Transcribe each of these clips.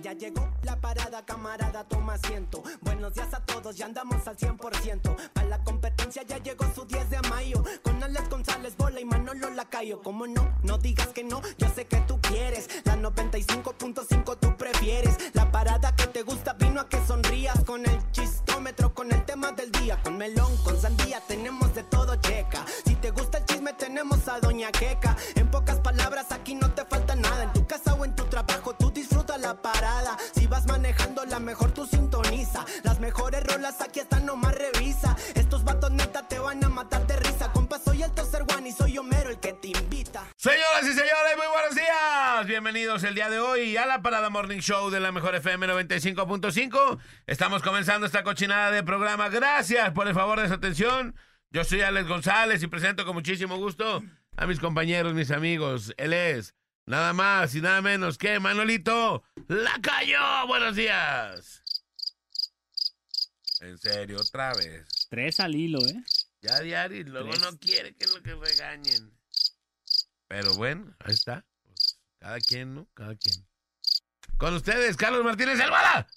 Ya llegó la parada, camarada, toma asiento. Buenos días a todos, ya andamos al 100%. Para la competencia ya llegó su 10 de mayo. Con Alex González, Bola y Manolo Lacayo. ¿Cómo no? No digas que no, yo sé que tú quieres. La 95.5 tú prefieres. La parada que te gusta vino a que sonrías. Con el chistómetro, con el tema del día. Con melón, con sandía, tenemos de todo, checa. Si te gusta el chisme, tenemos a Doña Queca. En pocas palabras, aquí no te falta nada. En tu casa o en tu trabajo, tú disfruta la parada. Si vas manejando, la mejor tú sintoniza. Las mejores rolas aquí están, nomás revisa. Estos vatos neta te van a matar de risa. Compa, soy el Tozer One y soy Homero el que te invita. Señoras y señores, muy buenos días. Bienvenidos el día de hoy a la Parada Morning Show de la Mejor FM 95.5. Estamos comenzando esta cochinada de programa. Gracias por el favor de su atención. Yo soy Alex González y presento con muchísimo gusto a mis compañeros, mis amigos. Él es nada más y nada menos que Manolito Lacayo. Buenos días. En serio, otra vez. 3 al hilo, Ya diario, y luego 3. no quiere que lo que regañen. Pero bueno, ahí está. Pues, cada quien, ¿no? Cada quien. Con ustedes, Carlos Martínez Alvara.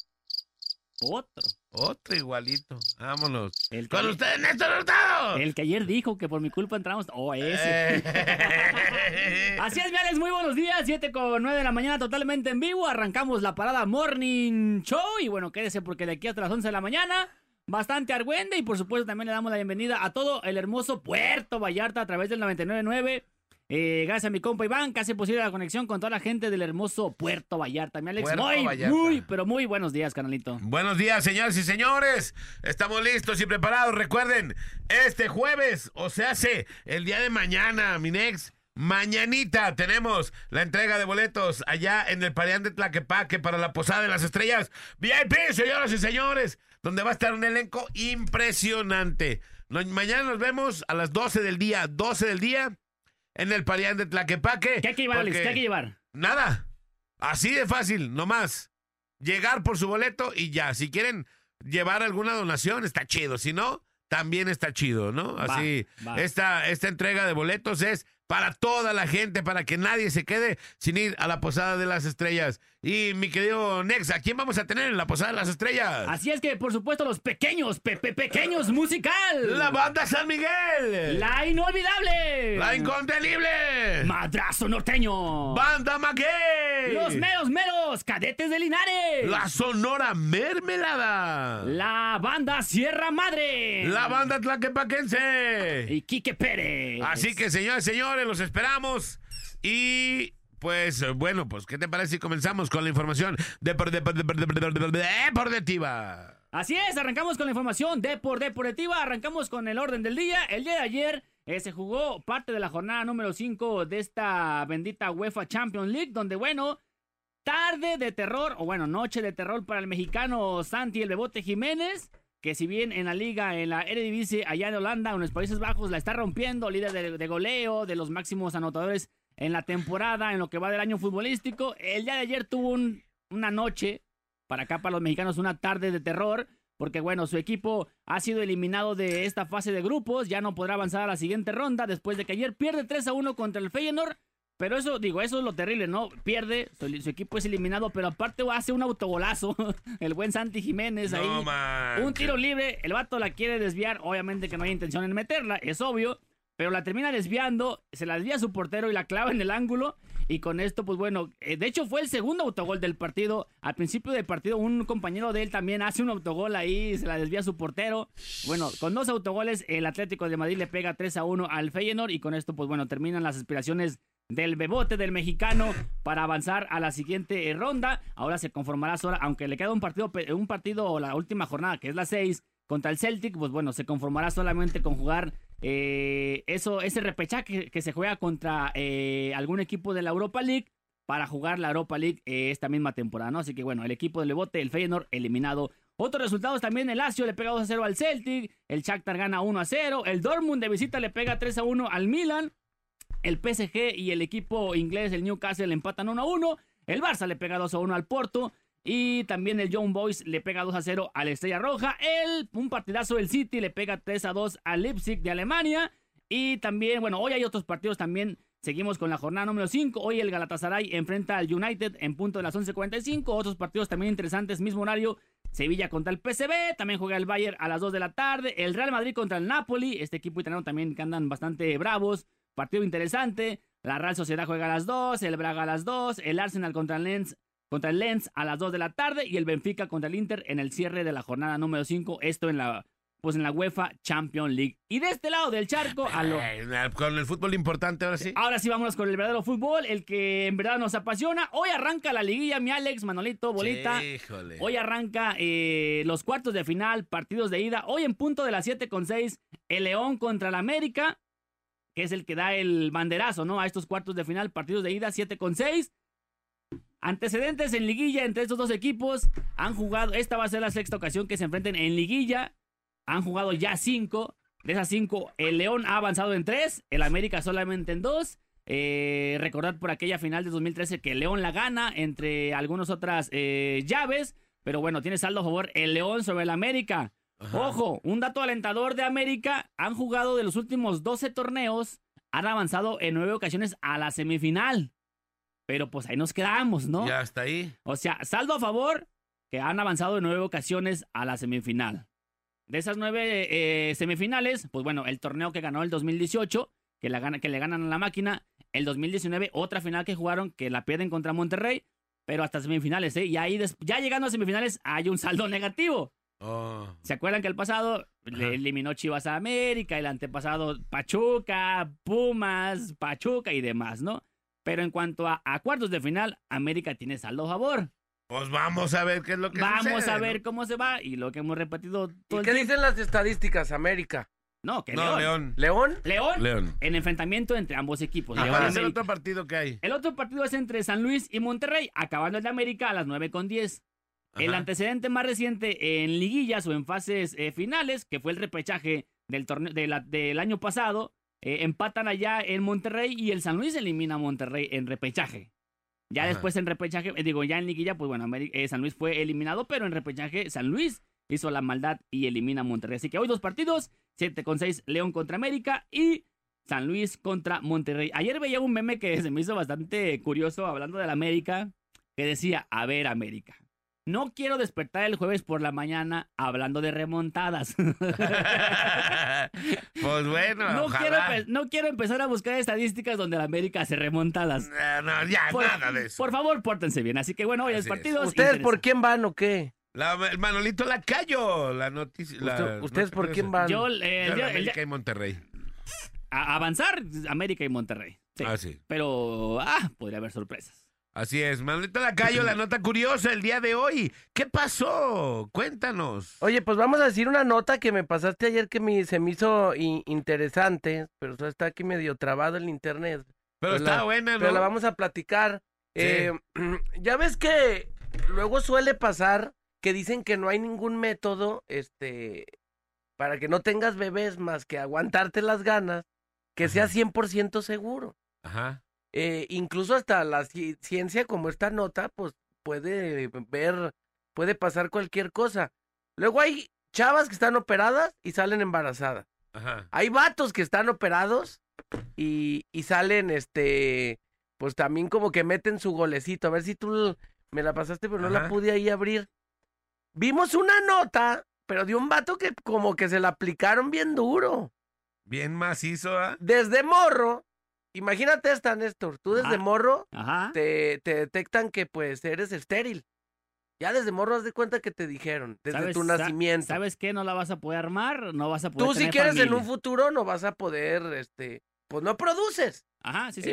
Otro igualito. Vámonos. Con ustedes, Néstor Hurtado. El que ayer dijo que por mi culpa entramos. Ese. Así es, mi Alex, muy buenos días. 7:09 de la mañana, totalmente en vivo. Arrancamos la Parada Morning Show. Y bueno, quédese porque de aquí hasta las 11 de la mañana, bastante argüende. Y por supuesto, también le damos la bienvenida a todo el hermoso Puerto Vallarta a través del 99.9. Gracias a mi compa Iván, que hace posible la conexión con toda la gente del hermoso Puerto Vallarta. Mi Alex, muy buenos días, canalito. Buenos días, señoras y señores. Estamos listos y preparados. Recuerden, este jueves, o se hace el día de mañana, mi nex, mañanita, tenemos la entrega de boletos allá en el Parián de Tlaquepaque para la Posada de las Estrellas VIP, señoras y señores, donde va a estar un elenco impresionante. Mañana nos vemos a las 12 del día, en el Parián de Tlaquepaque. ¿Qué hay que llevar, Alex? ¿Qué hay que llevar? Nada. Así de fácil, nomás. Llegar por su boleto y ya. Si quieren llevar alguna donación, está chido. Si no, también está chido, ¿no? Así, va. Esta entrega de boletos es para toda la gente, para que nadie se quede sin ir a la Posada de las Estrellas. Y mi querido Nex, ¿a quién vamos a tener en la Posada de las Estrellas? Así es que, por supuesto, los pequeños, pequeños musical. La Banda San Miguel. La Inolvidable. La Incontenible. Madrazo Norteño. Banda Maguey. Los meros Cadetes de Linares. La Sonora Mermelada. La Banda Sierra Madre. La Banda Tlaquepaquense. Y Quique Pérez. Así que, señores, los esperamos. Y pues, bueno, pues, ¿qué te parece si comenzamos con la información deportiva? Así es, arrancamos con la información deportiva, arrancamos con el orden del día. El día de ayer se jugó parte de la jornada número 5 de esta bendita UEFA Champions League, donde, bueno, tarde de terror, o bueno, noche de terror para el mexicano Santi el Bebote Jiménez, que si bien en la liga, en la Eredivisie, allá en Holanda, en los Países Bajos, la está rompiendo, líder de goleo, de los máximos anotadores en la temporada, en lo que va del año futbolístico. El día de ayer tuvo una noche, para acá, para los mexicanos, una tarde de terror, porque bueno, su equipo ha sido eliminado de esta fase de grupos, ya no podrá avanzar a la siguiente ronda, después de que ayer pierde 3-1 contra el Feyenoord. Pero eso es lo terrible, ¿no? Pierde, su equipo es eliminado, pero aparte hace un autogolazo, el buen Santi Jiménez ahí. No, man. Un tiro libre, el vato la quiere desviar, obviamente que no hay intención en meterla, es obvio, pero la termina desviando, se la desvía a su portero y la clava en el ángulo, y con esto, pues bueno, de hecho fue el segundo autogol del partido. Al principio del partido, un compañero de él también hace un autogol ahí, se la desvía a su portero. Bueno, con 2 autogoles, el Atlético de Madrid le pega 3-1 al Feyenoord, y con esto, pues bueno, terminan las aspiraciones del Bebote, del mexicano, para avanzar a la siguiente ronda. Ahora se conformará sola, aunque le queda un partido, la última jornada, que es la 6, contra el Celtic, pues bueno, se conformará solamente con jugar ese repechaje que se juega contra algún equipo de la Europa League, para jugar la Europa League esta misma temporada, ¿no? Así que bueno, el equipo del Bebote, el Feyenoord, eliminado. Otros resultados también: el Lazio le pega 2-0 al Celtic, el Shakhtar gana 1-0, el Dortmund de visita le pega 3-1 al Milan, el PSG y el equipo inglés, el Newcastle, empatan 1-1. El Barça le pega 2-1 al Porto. Y también el Young Boys le pega 2-0 a la Estrella Roja. Un partidazo del City le pega 3-2 al Leipzig de Alemania. Y también, bueno, hoy hay otros partidos también Seguimos con la jornada número 5. Hoy el Galatasaray enfrenta al United en punto de las 11:45. Otros partidos también interesantes, mismo horario. Sevilla contra el PSV, también juega el Bayern a las 2 de la tarde. El Real Madrid contra el Napoli. Este equipo italiano también que andan bastante bravos. Partido interesante. La Real Sociedad juega a las 2, el Braga a las 2, el Arsenal contra el Lens a las 2 de la tarde y el Benfica contra el Inter en el cierre de la jornada número 5. Esto en la UEFA Champions League. Y de este lado del charco, con el fútbol importante ahora sí. Ahora sí vámonos con el verdadero fútbol, el que en verdad nos apasiona. Hoy arranca la liguilla, mi Alex, Manolito, Bolita. Híjole. Hoy arranca los cuartos de final, partidos de ida. Hoy en punto de las 7:06, el León contra el América, que es el que da el banderazo, ¿no? A estos cuartos de final, partidos de ida, 7:06. Antecedentes en liguilla entre estos dos equipos. Han jugado, esta va a ser la sexta ocasión que se enfrenten en liguilla. Han jugado ya 5. De esas 5, el León ha avanzado en 3, el América solamente en 2. Recordad por aquella final de 2013 que el León la gana entre algunas otras llaves. Pero bueno, tiene saldo a favor el León sobre el América. Ajá. Ojo, un dato alentador de América. Han jugado de los últimos 12 torneos. Han avanzado en 9 ocasiones a la semifinal. Pero pues ahí nos quedamos, ¿no? Ya está ahí. O sea, saldo a favor que han avanzado en 9 ocasiones a la semifinal. De esas 9 semifinales, pues bueno, el torneo que ganó el 2018, que le ganan a la Máquina. El 2019, otra final que jugaron, que la pierden contra Monterrey, pero hasta semifinales, ¿eh? Y ahí, ya llegando a semifinales, hay un saldo negativo. Oh. ¿Se acuerdan que el pasado le eliminó Chivas a América, el antepasado Pachuca, Pumas, Pachuca y demás, ¿no? Pero en cuanto a cuartos de final, América tiene saldo a favor. Pues vamos a ver qué es lo que Vamos sucede, a ver ¿no? cómo se va y lo que hemos repetido todo ¿Y qué dicen las estadísticas, América? No, que No, León. León. León. En enfrentamiento entre ambos equipos. ¿Y León cuál y es el América. otro partido que hay? El otro partido es entre San Luis y Monterrey, acabando el de América a las 9:10. El antecedente más reciente en liguillas o en fases finales, que fue el repechaje del torneo del año pasado, empatan allá en Monterrey y el San Luis elimina a Monterrey en repechaje. Ya después en repechaje, ya en liguilla, pues bueno, San Luis fue eliminado, pero en repechaje San Luis hizo la maldad y elimina a Monterrey. Así que hoy 2 partidos, 7:06, León contra América y San Luis contra Monterrey. Ayer veía un meme que se me hizo bastante curioso hablando de la América, que decía, a ver América, no quiero despertar el jueves por la mañana hablando de remontadas. Pues bueno, ojalá. No quiero empezar a buscar estadísticas donde la América hace remontadas. No, ya, nada de eso. Por favor, pórtense bien. Así que bueno, hoy los Así partidos. ¿Ustedes por quién van o qué? El Manolito Lacayo, la noticia. ¿Ustedes por quién van? Yo, América y Monterrey. A avanzar, América y Monterrey. Sí. Ah, sí. Pero, podría haber sorpresas. Así es, Manolito Lacayo, la nota curiosa el día de hoy. ¿Qué pasó? Cuéntanos. Oye, pues vamos a decir una nota que me pasaste ayer que se me hizo interesante, pero está aquí medio trabado el internet. Pero está buena, ¿no? Pero la vamos a platicar. Sí. Ya ves que luego suele pasar que dicen que no hay ningún método, para que no tengas bebés más que aguantarte las ganas, que sea 100% seguro. Ajá. Incluso hasta la ciencia, como esta nota, pues puede pasar cualquier cosa. Luego hay chavas que están operadas y salen embarazadas. Ajá. Hay vatos que están operados y salen, pues también como que meten su golecito. A ver si tú me la pasaste, pero no la pude ahí abrir. Vimos una nota, pero de un vato que como que se la aplicaron bien duro. Bien macizo, ¿ah? Desde morro. Imagínate esta, Néstor. Tú desde morro te detectan que pues eres estéril. Ya desde morro haz de cuenta que te dijeron, desde tu nacimiento. ¿Sabes qué? No la vas a poder armar, no vas a poder Tú tener si quieres familia. en un futuro no vas a poder, pues no produces. Ajá, sí.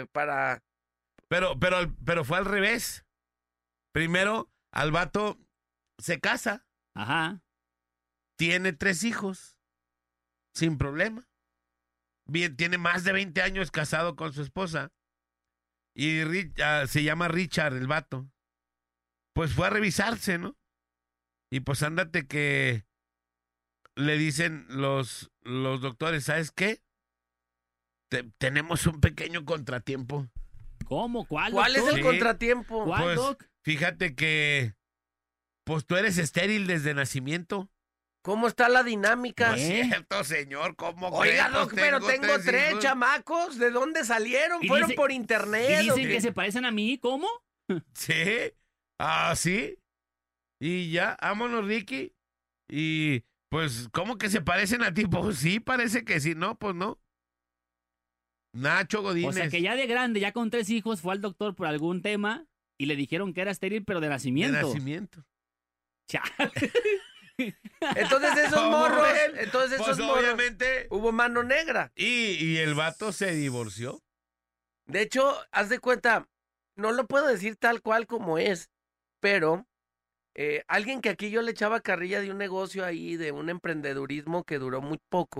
Pero fue al revés. Primero, al vato se casa. Ajá. Tiene 3 hijos. Sin problema. Bien, tiene más de 20 años casado con su esposa. Y se llama Richard, el vato. Pues fue a revisarse, ¿no? Y pues ándate que le dicen los doctores, ¿sabes qué? Tenemos un pequeño contratiempo. ¿Cómo? ¿Cuál es el contratiempo? ¿Cuál, pues, doc? Fíjate que pues tú eres estéril desde nacimiento. ¿Cómo está la dinámica? No es cierto, señor, ¿cómo Oiga, crees? Doc, pero tengo tres hijos. chamacos. ¿De dónde salieron? Y ¿Fueron dice- por internet? Y o dicen qué? que se parecen a mí, ¿cómo? Sí. Ah, sí. Y ya, vámonos, Ricky. Y pues, ¿cómo que se parecen a ti? Pues sí, parece que sí. No, pues no. Nacho Godínez. O sea, que ya de grande, ya con 3 hijos, fue al doctor por algún tema y le dijeron que era estéril, pero de de nacimiento. nacimiento. Chale. Entonces esos ¿Cómo morros, ven? entonces Pues esos morros, obviamente. hubo mano negra. Y el vato se divorció. De hecho, haz de cuenta, no lo puedo decir tal cual como es, pero alguien que aquí yo le echaba carrilla de un negocio ahí, de un emprendedurismo que duró muy poco,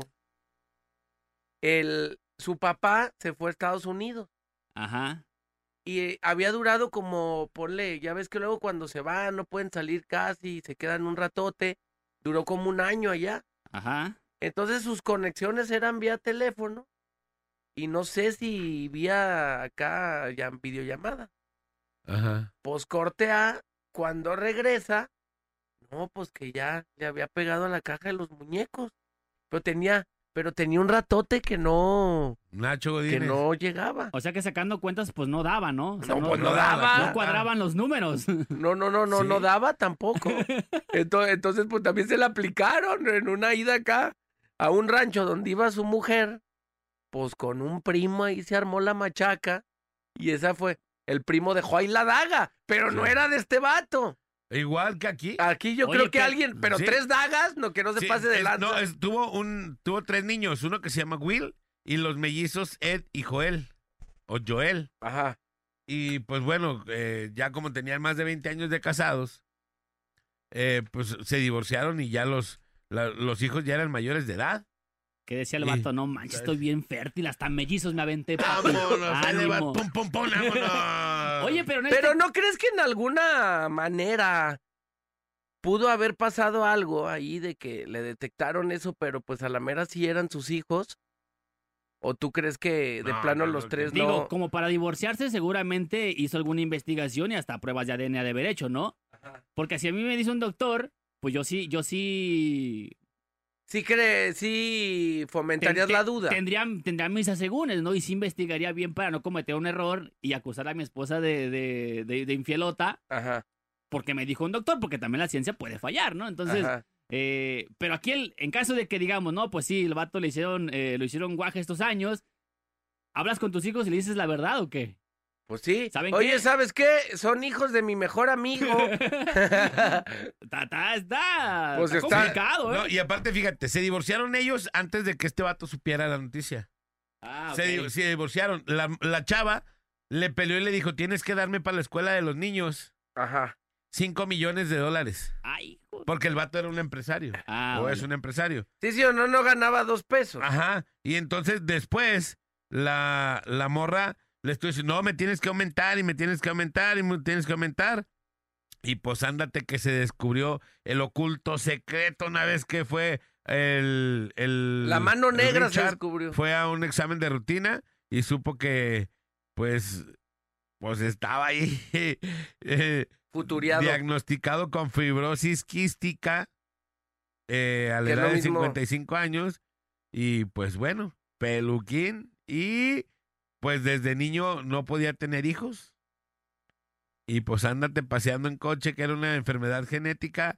su papá se fue a Estados Unidos Ajá. y había durado como, ponle, ya ves que luego cuando se van no pueden salir casi, se quedan un ratote, duró como un año allá. Ajá. Entonces sus conexiones eran vía teléfono y no sé si vía acá ya videollamada. Ajá. Pues corte A, cuando regresa, no, pues que ya le había pegado a la caja de los muñecos. Pero tenía un ratote que no Nacho Godínez. llegaba. O sea que sacando cuentas, pues no daba, ¿no? O sea, No, pues no daba. No cuadraban los números. Sí. No daba tampoco. Entonces, pues también se la aplicaron en una ida acá a un rancho donde iba su mujer, pues con un primo ahí se armó la machaca y esa fue, el primo dejó ahí la daga, pero no Sí. era de este vato. Igual que aquí. Aquí yo Oye, creo que pero- alguien, pero sí. 3 dagas, no, que no se Sí, pase de lanza. No, tuvo 3 niños, uno que se llama Will y los mellizos Ed y Joel, o Joel. Ajá. Y pues bueno, ya como tenían más de 20 años de casados, pues se divorciaron y ya los hijos ya eran mayores de edad. Que decía el Sí. vato, no manches, estoy bien fértil, hasta mellizos me aventé. papi". ¡Vámonos! ahí va, Ánimo. ¡Pum, pum, pum! ¡Vámonos! Oye, pero en Pero este- ¿no crees que en alguna manera pudo haber pasado algo ahí de que le detectaron eso, pero pues a la mera sí eran sus hijos? ¿O tú crees que de No, plano no, los no, tres Digo, no? como para divorciarse, seguramente hizo alguna investigación y hasta pruebas de ADN de haber hecho, ¿no? Porque si a mí me dice un doctor, pues yo sí Sí fomentarías la duda. tendría mis asegúnes, ¿no? Y sí investigaría bien para no cometer un error y acusar a mi esposa de infielota, Ajá, porque me dijo un doctor, porque también la ciencia puede fallar, ¿no? Entonces, ajá. pero aquí, en caso de que digamos, no, pues sí, el vato lo hicieron guaje estos años, ¿hablas con tus hijos y le dices la verdad o qué? Pues sí. ¿Saben Oye, qué? ¿sabes qué? Son hijos de mi mejor amigo. Está Pues está- complicado, ¿eh? No, y aparte, fíjate, se divorciaron ellos antes de que este vato supiera la noticia. Ah, Se ok. divorciaron. La chava le peleó y le dijo, tienes que darme para la escuela de los niños Ajá. $5 millones. Ay, hijo. Porque el vato era un empresario. Ah, o vale. es un empresario. Sí o no ganaba 2 pesos. Ajá. Y entonces después la morra le estoy diciendo, no, me tienes que aumentar y me tienes que aumentar y me tienes que aumentar. Y pues ándate que se descubrió el oculto secreto una vez que fue La mano el negra se Richard descubrió. fue a un examen de rutina y supo que pues estaba ahí Futuriado. diagnosticado con fibrosis quística a la Que es edad lo de mismo. 55 años y pues bueno, peluquín y pues desde niño no podía tener hijos y pues ándate paseando en coche que era una enfermedad genética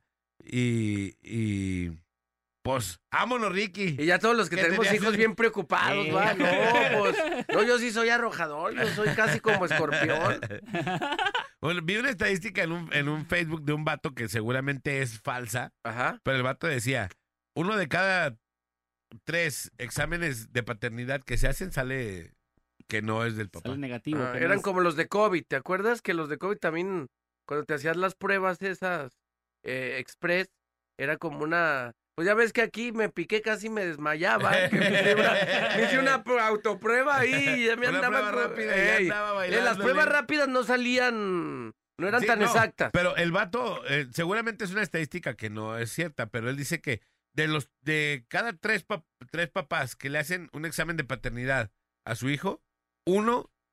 y pues vámonos, Ricky. Y ya todos los que ¿Qué tenemos tenías? hijos bien preocupados, ¿va? No, pues. No, yo sí soy arrojador, yo soy casi como escorpión. Bueno, vi una estadística en un Facebook de un vato que seguramente es falsa, Ajá. pero el vato decía, 1 de cada 3 exámenes de paternidad que se hacen sale que no es del papá. Sale negativo. Ah, que no eran es- como los de COVID, ¿te acuerdas? Que los de COVID también, cuando te hacías las pruebas esas express, era como una... Pues ya ves que aquí me piqué, casi me desmayaba. Que me hice una autoprueba ahí y ya me Una andaba... prueba rápida y ya Ey, andaba las bailando, pruebas ¿eh? rápidas no salían... No eran Sí, tan no, exactas. Pero el vato, seguramente es una estadística que no es cierta, pero él dice que de cada 3 papás que le hacen un examen de paternidad a su hijo, 1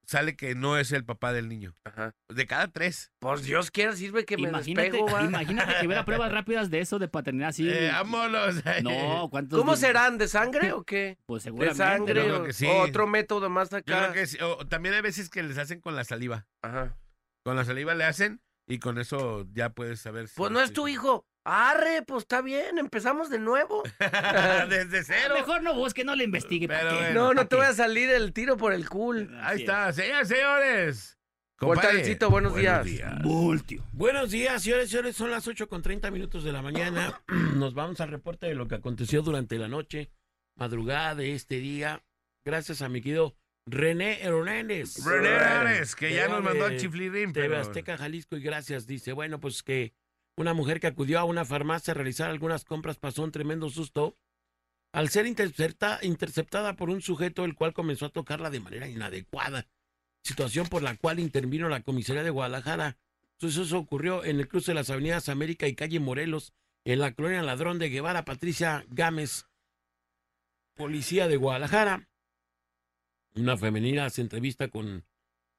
sale que no es el papá del niño. Ajá. De cada 3. Pues Dios quiera, sirve que me Imagínate, despego, va. imagínate que hubiera pruebas rápidas de eso, de paternidad así. Vámonos. No, ¿cuántos? ¿Cómo serán? ¿De sangre o qué? Pues ¿De seguramente. sangre Yo creo o que sí. otro método más Yo acá? creo que sí. También hay veces que les hacen con la saliva. Ajá. Con la saliva le hacen y con eso ya puedes saber si... Pues no es tu hijo. Arre, pues está bien, empezamos de nuevo. Desde cero. Mejor no busque, no le investigue. ¿para Pero qué? bueno. No te voy a salir el tiro por el cool. Ahí está, señores, señores. Voltarencito, buenos días. Multio. Buenos días, señores, señores. Son las 8:30 de la mañana. Nos vamos al reporte de lo que aconteció durante la noche, madrugada de este día. Gracias a mi querido René Hernández. René Hernández, que ya Era nos mandó de al chiflirín. TV Pero... Azteca, Jalisco, y gracias. Dice, bueno, pues que una mujer que acudió a una farmacia a realizar algunas compras pasó un tremendo susto al ser interceptada por un sujeto el cual comenzó a tocarla de manera inadecuada. Situación por la cual intervino la comisaría de Guadalajara. Eso ocurrió en el cruce de las avenidas América y calle Morelos, en la colonia Ladrón de Guevara. Patricia Gámez, policía de Guadalajara. Una femenina se entrevista con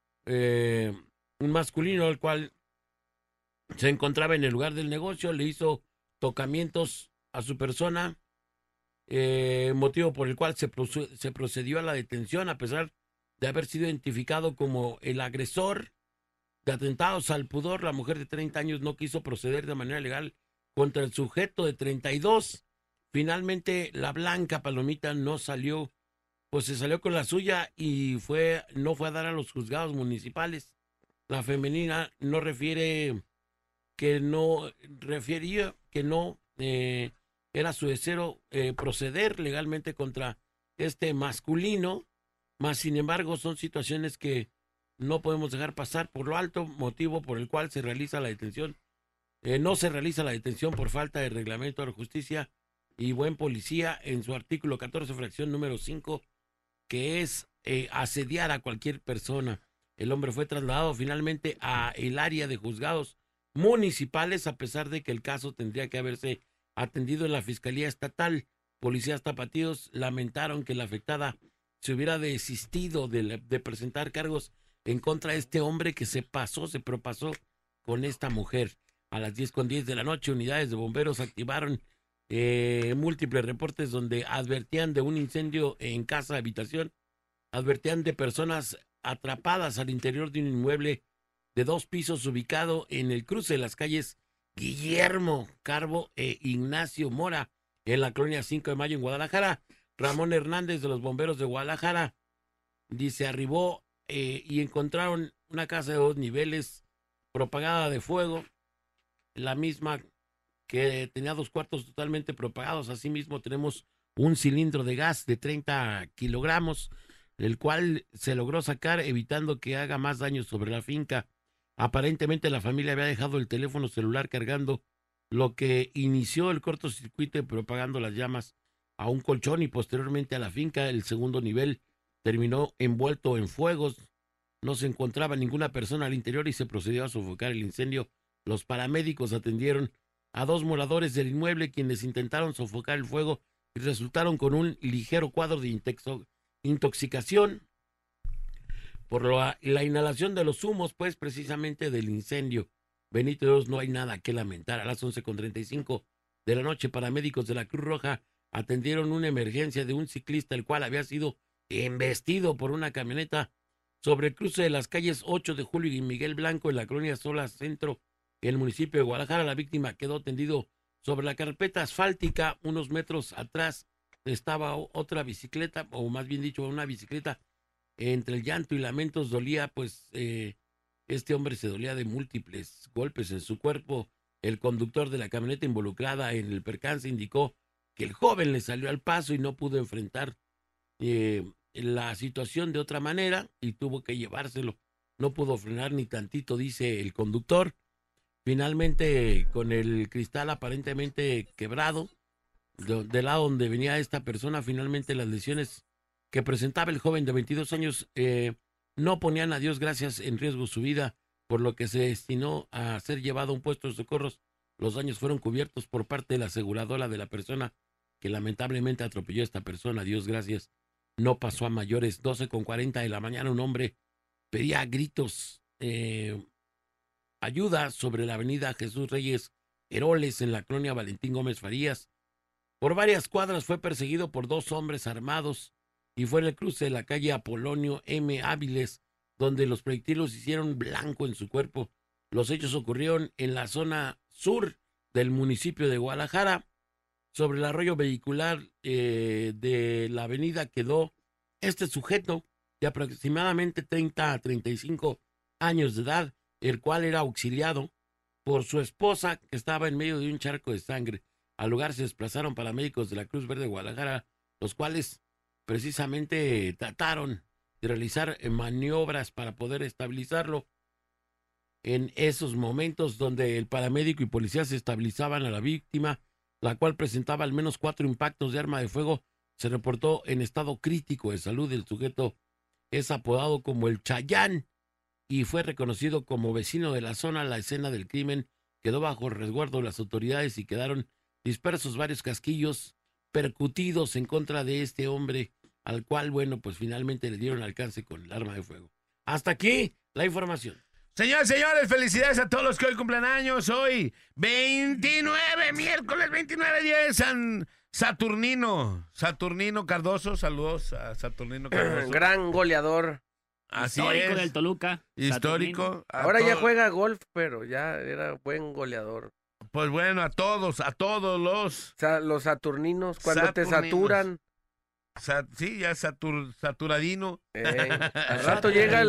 un masculino, el cual se encontraba en el lugar del negocio, le hizo tocamientos a su persona, motivo por el cual se procedió a la detención, a pesar de haber sido identificado como el agresor de atentados al pudor. La mujer de 30 años no quiso proceder de manera legal contra el sujeto de 32. Finalmente, la blanca palomita no salió, pues se salió con la suya y no fue a dar a los juzgados municipales. La femenina no refería que no era su deseo proceder legalmente contra este masculino, mas sin embargo son situaciones que no podemos dejar pasar por lo alto, motivo por el cual se realiza la detención. No se realiza la detención por falta de reglamento de justicia y buen policía en su artículo 14, fracción número 5, que es asediar a cualquier persona. El hombre fue trasladado finalmente a el área de juzgados municipales, a pesar de que el caso tendría que haberse atendido en la Fiscalía Estatal. Policías tapatíos lamentaron que la afectada se hubiera desistido de presentar cargos en contra de este hombre que se propasó con esta mujer. A las 10:10 de la noche, unidades de bomberos activaron múltiples reportes donde advertían de un incendio en casa habitación, advertían de personas atrapadas al interior de un inmueble de 2 pisos ubicado en el cruce de las calles Guillermo Carbo e Ignacio Mora, en la colonia 5 de Mayo en Guadalajara. Ramón Hernández de los bomberos de Guadalajara dice, arribó y encontraron una casa de 2 niveles propagada de fuego, la misma que tenía 2 cuartos totalmente propagados. Asimismo tenemos un cilindro de gas de 30 kilogramos, el cual se logró sacar evitando que haga más daño sobre la finca. Aparentemente la familia había dejado el teléfono celular cargando, lo que inició el cortocircuito y propagando las llamas a un colchón y posteriormente a la finca. El segundo nivel terminó envuelto en fuegos. No se encontraba ninguna persona al interior y se procedió a sofocar el incendio. Los paramédicos atendieron a 2 moradores del inmueble, quienes intentaron sofocar el fuego y resultaron con un ligero cuadro de intoxicación por la inhalación de los humos, pues precisamente del incendio. Benito Dios, no hay nada que lamentar. A las 11:35 de la noche, paramédicos de la Cruz Roja atendieron una emergencia de un ciclista, el cual había sido embestido por una camioneta sobre el cruce de las calles 8 de Julio y Miguel Blanco en la colonia Sola Centro, en el municipio de Guadalajara. La víctima quedó tendido sobre la carpeta asfáltica. Unos metros atrás estaba otra bicicleta, o más bien dicho, una bicicleta. Entre el llanto y lamentos dolía, pues este hombre se dolía de múltiples golpes en su cuerpo. El conductor de la camioneta involucrada en el percance indicó que el joven le salió al paso y no pudo enfrentar la situación de otra manera y tuvo que llevárselo. No pudo frenar ni tantito, dice el conductor. Finalmente, con el cristal aparentemente quebrado, del lado donde venía esta persona, finalmente las lesiones que presentaba el joven de 22 años no ponían, a Dios gracias, en riesgo su vida, por lo que se destinó a ser llevado a un puesto de socorros. Los daños fueron cubiertos por parte de la aseguradora de la persona que lamentablemente atropelló a esta persona. A Dios gracias, no pasó a mayores. 12:40 de la mañana, un hombre pedía a gritos ayuda sobre la avenida Jesús Reyes Heroles en la colonia Valentín Gómez Farías. Por varias cuadras fue perseguido por 2 hombres armados y fue en el cruce de la calle Apolonio M. Áviles donde los proyectiles hicieron blanco en su cuerpo. Los hechos ocurrieron en la zona sur del municipio de Guadalajara. Sobre el arroyo vehicular de la avenida quedó este sujeto de aproximadamente 30 a 35 años de edad, el cual era auxiliado por su esposa que estaba en medio de un charco de sangre. Al lugar se desplazaron paramédicos de la Cruz Verde de Guadalajara, los cuales precisamente trataron de realizar maniobras para poder estabilizarlo. En esos momentos donde el paramédico y policía se estabilizaban a la víctima, la cual presentaba al menos 4 impactos de arma de fuego, se reportó en estado crítico de salud. El sujeto es apodado como el Chayán y fue reconocido como vecino de la zona. La escena del crimen quedó bajo resguardo de las autoridades y quedaron dispersos varios casquillos percutidos en contra de este hombre, al cual, bueno, pues finalmente le dieron alcance con el arma de fuego. Hasta aquí la información. Señores, señores, felicidades a todos los que hoy cumplen años. Hoy, 29, miércoles 29, día de San Saturnino Cardoso. Saludos a Saturnino Cardoso. Gran goleador. Así Histórico es. del Toluca. Histórico. Saturnino. Ahora ya juega golf, pero ya era buen goleador. Pues bueno, a todos los... O sea, los saturninos, cuando te Saturninos. saturan. Sí, ya saturadino. Al rato llega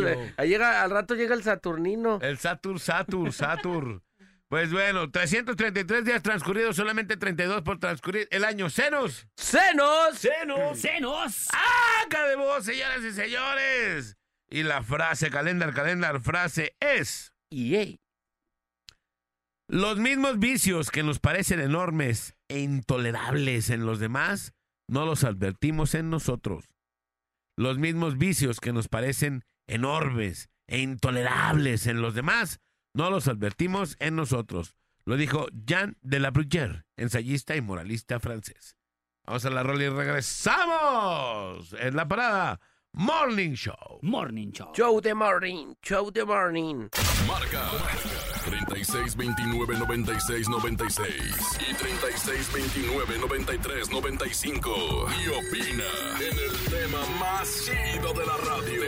el saturnino. El Satur. Pues bueno, 333 días transcurridos, solamente 32 por transcurrir el año. ¡Senos! ¡Senos! ¡Senos! ¡Acá de voz, señoras y señores! Y la frase, calendar, frase es... ¡Yay! Los mismos vicios que nos parecen enormes e intolerables en los demás, no los advertimos en nosotros. Los mismos vicios que nos parecen enormes e intolerables en los demás, no los advertimos en nosotros. Lo dijo Jean de la Bruyère, ensayista y moralista francés. Vamos a la rola y regresamos en la parada Morning Show. Morning Show. Show the morning. Marca 36299696 y 36299395 y opina en el tema más chido de la radio.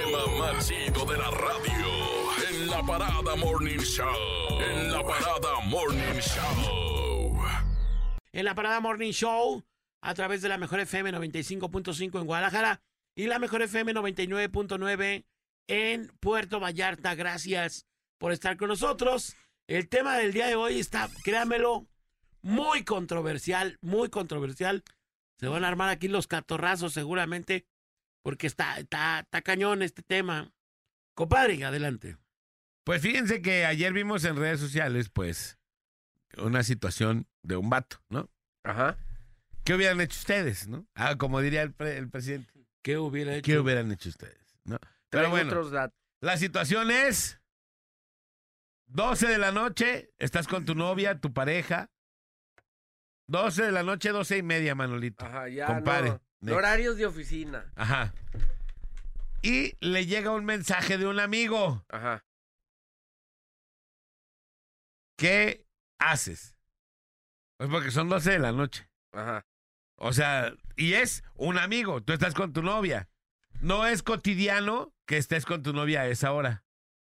En la parada Morning Show. En la parada Morning Show. En la parada Morning Show, a través de la Mejor FM 95.5 en Guadalajara y la Mejor FM 99.9 en Puerto Vallarta. Gracias por estar con nosotros. El tema del día de hoy está, créanmelo, muy controversial. Se van a armar aquí los catorrazos seguramente, porque está cañón este tema. Compadre, adelante. Pues fíjense que ayer vimos en redes sociales, pues, una situación de un vato, ¿no? Ajá. ¿Qué hubieran hecho ustedes, no? Como diría el presidente. ¿Qué hubiera hecho? ¿Qué hubieran hecho ustedes, no? Pero Traigo bueno, otros datos. la situación es 12 de la noche, estás con tu novia, tu pareja. 12 de la noche, 12:30, Manolito. Ajá, ya Compare. no. Horarios de oficina. Ajá. Y le llega un mensaje de un amigo. Ajá. ¿Qué haces? Pues porque son 12 de la noche. Ajá. O sea, y es un amigo, tú estás con tu novia. No es cotidiano que estés con tu novia a esa hora.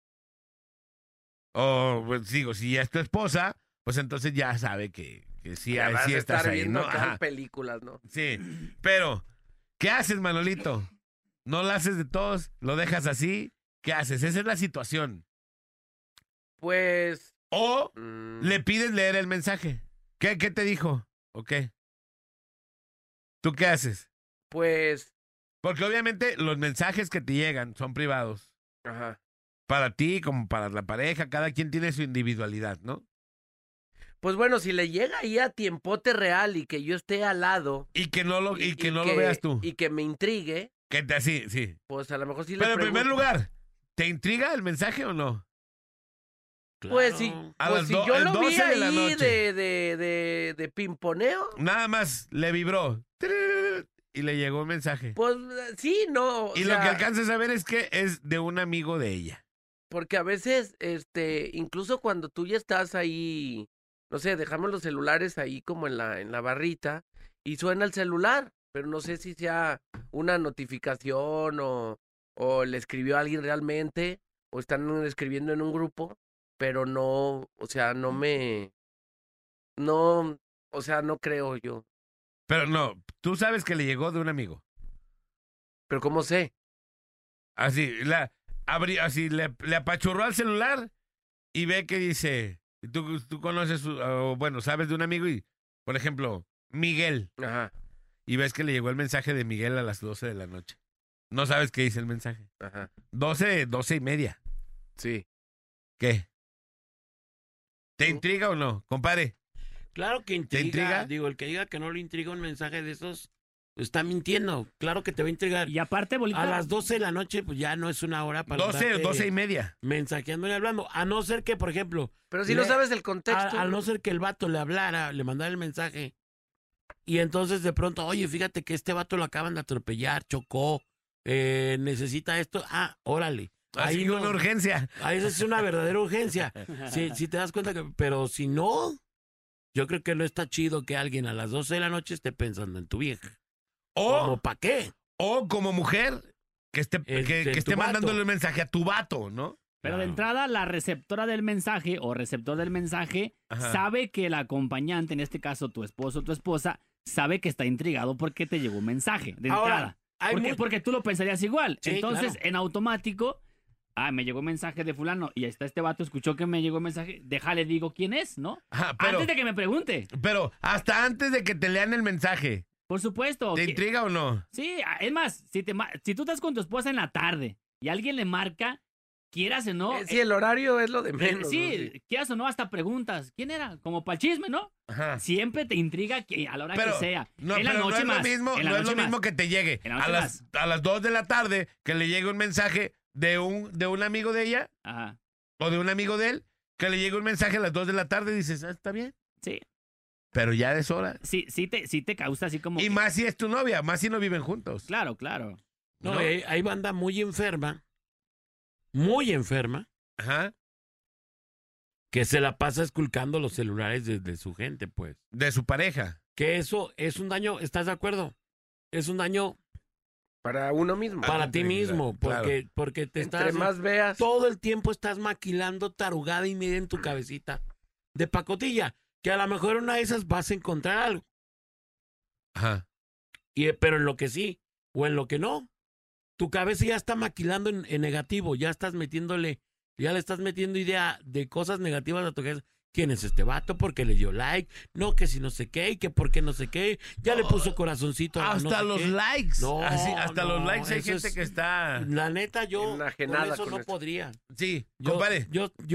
O, pues digo, si ya es tu esposa, pues entonces ya sabe que sí, Ya vas sí a estás estar ahí, viendo ¿no? acá Ajá. películas, ¿no? Sí, pero, ¿qué haces, Manolito? ¿No lo haces de todos? ¿Lo dejas así? ¿Qué haces? Esa es la situación. Pues... O le pides leer el mensaje. ¿Qué te dijo? ¿O qué? ¿Tú qué haces? Pues... Porque obviamente los mensajes que te llegan son privados. Ajá. Para ti como para la pareja, cada quien tiene su individualidad, ¿no? Pues bueno, si le llega ahí a tiempote real y que yo esté al lado... Y que no lo veas tú. Y que me intrigue, Sí. pues a lo mejor sí Pero le en primer pregunto. lugar, ¿te intriga el mensaje o no? Pues sí, A pues las si yo lo vi 12 de la ahí noche. de pimponeo, Nada más le vibró. y le llegó un mensaje. Pues sí, no. Y lo que alcanzas a ver es que es de un amigo de ella. Porque a veces, incluso cuando tú ya estás ahí, no sé, dejamos los celulares ahí como en la barrita y suena el celular, pero no sé si sea una notificación o le escribió a alguien realmente o están escribiendo en un grupo, pero no, o sea, no creo yo. Pero no, tú sabes que le llegó de un amigo. Pero ¿cómo sé? Así, le apachurró al celular y ve que dice, tú conoces, bueno, sabes de un amigo y, por ejemplo, Miguel. Ajá, Y ves que le llegó el mensaje de Miguel a las 12 de la noche. No sabes qué dice el mensaje. ajá, 12:30. sí. ¿Qué? ¿Te intriga o no, compadre? Claro que ¿Te intriga? Digo, el que diga que no le intriga un mensaje de esos, está mintiendo. Claro que te va a intrigar. Y aparte, bolita. A las 12 de la noche, pues ya no es una hora para 12:30. mensajeando y hablando. A no ser que, por ejemplo... Pero si no sabes el contexto. A no ser que el vato le hablara, le mandara el mensaje. Y entonces de pronto, oye, fíjate que este vato lo acaban de atropellar, chocó, necesita esto. Ah, órale. Así Ahí que no, una urgencia. ahí esa es una verdadera urgencia. Si te das cuenta que... Pero si no, yo creo que no está chido que alguien a las 12 de la noche esté pensando en tu vieja. ¿Cómo para qué? O como mujer, que esté, que tu esté vato. mandándole el mensaje a tu vato, ¿no? Pero de Claro. entrada, la receptora del mensaje o receptor del mensaje Ajá. sabe que el acompañante, en este caso tu esposo o tu esposa, sabe que está intrigado porque te llegó un mensaje de Ahora, entrada. hay Porque tú lo pensarías igual. Sí, Entonces, claro. en automático, me llegó un mensaje de fulano y ahí está este vato, escuchó que me llegó un mensaje, déjale digo quién es, ¿no? Ajá, pero, Antes de que me pregunte. pero hasta antes de que te lean el mensaje, Por supuesto. ¿te intriga o no? Sí, es más, si tú estás con tu esposa en la tarde y alguien le marca, quieras o no. Sí, el horario es lo de menos. sí, ¿no? quieras o no, hasta preguntas. ¿Quién era? Como para el chisme, ¿no? Ajá. Siempre te intriga que a la hora Pero que sea. no, en la pero noche no es más. lo mismo, en la no es lo noche mismo más. que te llegue En la noche a las 2 de la tarde, que le llegue un mensaje de un amigo de ella Ajá. o de un amigo de él, que le llegue un mensaje a las 2 de la tarde y dices, está bien, Sí. pero ya es hora. Sí te causa así como. Y más si es tu novia, más si no viven juntos. Claro, claro. No, ¿no? hay banda muy enferma, Ajá. que se la pasa esculcando los celulares de su gente, pues. De su pareja. Que eso es un daño, ¿estás de acuerdo? Es un daño Para uno mismo. para ti mismo, claro. porque te Entre estás... más veas. Todo el tiempo estás maquilando tarugada y media en tu cabecita de pacotilla, que a lo mejor en una de esas vas a encontrar algo, Ajá. pero en lo que sí o en lo que no, tu cabeza ya está maquilando en negativo, ya le estás metiendo idea de cosas negativas a tu cabeza. ¿Quién es este vato? ¿Por qué le dio like? No, que si no sé qué, y que por qué no sé qué. Ya le puso corazoncito a no Hasta sé los qué. likes. No, Hasta los no, likes hay eso gente es- que está... La neta, yo con Enajenada eso con no esto. podría. Sí, Yo, compadre.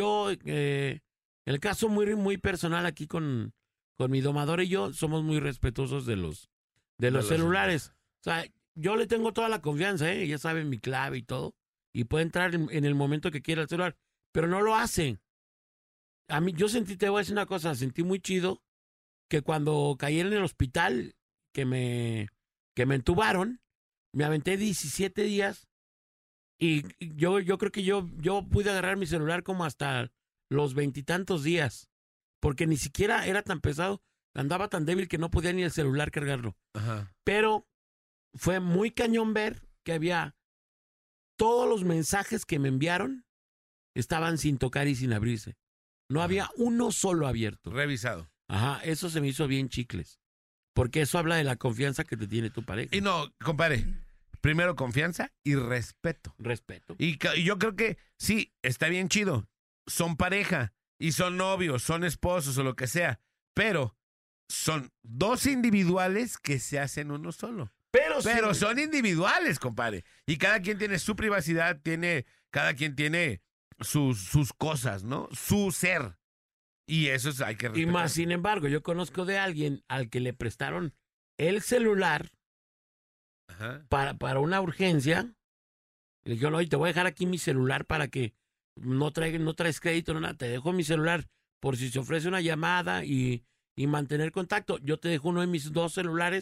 el caso muy personal aquí con mi domador y yo somos muy respetuosos de los celulares. O sea, yo le tengo toda la confianza, ya saben mi clave y todo, y puede entrar en el momento que quiera el celular, pero no lo hace. A mí, te voy a decir una cosa, sentí muy chido que cuando caí en el hospital, que me entubaron, me aventé 17 días y yo creo que yo pude agarrar mi celular como hasta los 20 y tantos días, porque ni siquiera era tan pesado, andaba tan débil que no podía ni el celular cargarlo. Ajá. Pero fue muy cañón ver que había todos los mensajes que me enviaron estaban sin tocar y sin abrirse. No había uno solo abierto. Revisado. Ajá, eso se me hizo bien chicles. Porque eso habla de la confianza que te tiene tu pareja. Y no, compadre, primero confianza y respeto. Respeto. Y yo creo que sí, está bien chido. Son pareja y son novios, son esposos o lo que sea. Pero son dos individuales que se hacen uno solo. Pero sí, son individuales, compadre. Y cada quien tiene su privacidad, cada quien tiene sus cosas, ¿no? Su ser. Y eso hay que y respetar. más, sin embargo, yo conozco de alguien al que le prestaron el celular Ajá. para una urgencia. Le dijeron, oye, te voy a dejar aquí mi celular para que no traes crédito, no nada. Te dejo mi celular por si se ofrece una llamada y mantener contacto. Yo te dejo uno de mis 2 celulares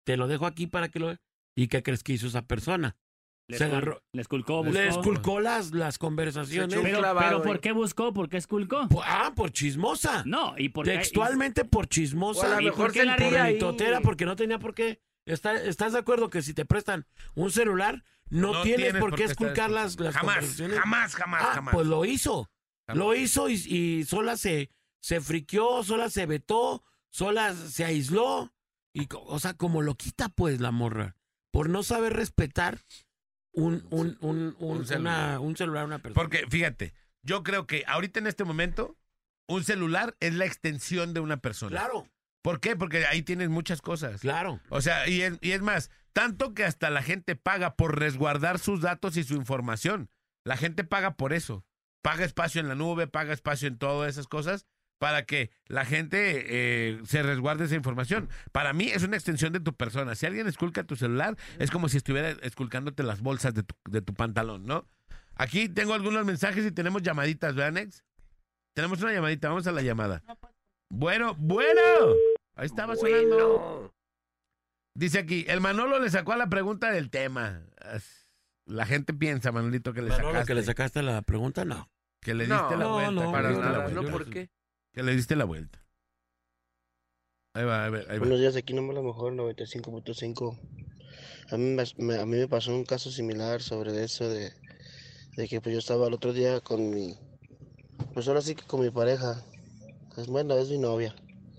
te lo dejo aquí para que lo... ¿Y qué crees que hizo esa persona? Se agarró. Le esculcó, buscó. Le esculcó las conversaciones. Se echó un Pero, clavado, ¿por qué buscó? ¿Por qué esculcó? Por chismosa. No, y por qué... Textualmente por chismosa. O a lo ¿Y mejor por qué la por sentía ahí. elitotera, porque no tenía por qué. ¿Estás de acuerdo que si te prestan un celular, no tienes por qué esculcar las conversaciones? Jamás. Pues lo hizo. Lo hizo y sola se friqueó, sola se vetó, sola se aisló. O sea, como lo quita pues la morra. Por no saber respetar un celular a una persona. Porque, fíjate, yo creo que ahorita en este momento, un celular es la extensión de una persona. Claro, ¿Por qué? Porque ahí tienes muchas cosas. claro. O sea, y es más, tanto que hasta la gente paga por resguardar sus datos y su información. La gente paga por eso. Paga espacio en la nube, paga espacio en todas esas cosas para que la gente se resguarde esa información. Para mí es una extensión de tu persona. Si alguien esculca tu celular, es como si estuviera esculcándote las bolsas de tu pantalón, ¿no? Aquí tengo algunos mensajes y tenemos llamaditas, ¿verdad, Nex? Tenemos una llamadita, vamos a la llamada. Bueno. Ahí estaba sonando. Bueno. Dice aquí, el Manolo le sacó a la pregunta del tema. La gente piensa, Manolito, que le sacaste. que le sacaste la pregunta, no. Que le diste la vuelta. no, que Para le diste la nada, vuelta. ¿no? ¿Por qué? Que le diste la vuelta. Ahí va. Buenos días, aquí no me lo mejor 95.5. A mí me pasó un caso similar sobre eso de que pues yo estaba el otro día con pues ahora sí que con mi pareja. Es mi novia.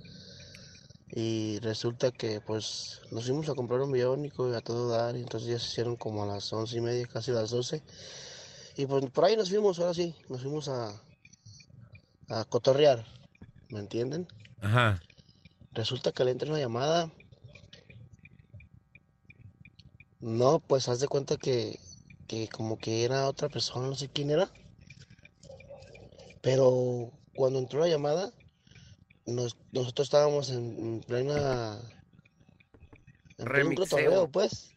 Y resulta que pues nos fuimos a comprar un biónico y a todo dar, y entonces ya se hicieron como a las 11:30, casi las 12. Y pues por ahí nos fuimos a cotorrear, ¿me entienden? Ajá. Resulta que le entra una llamada. No, pues haz de cuenta que como que era otra persona, no sé quién era. Pero cuando entró la llamada, nosotros estábamos en pleno Remixeo. cotorreo, pues.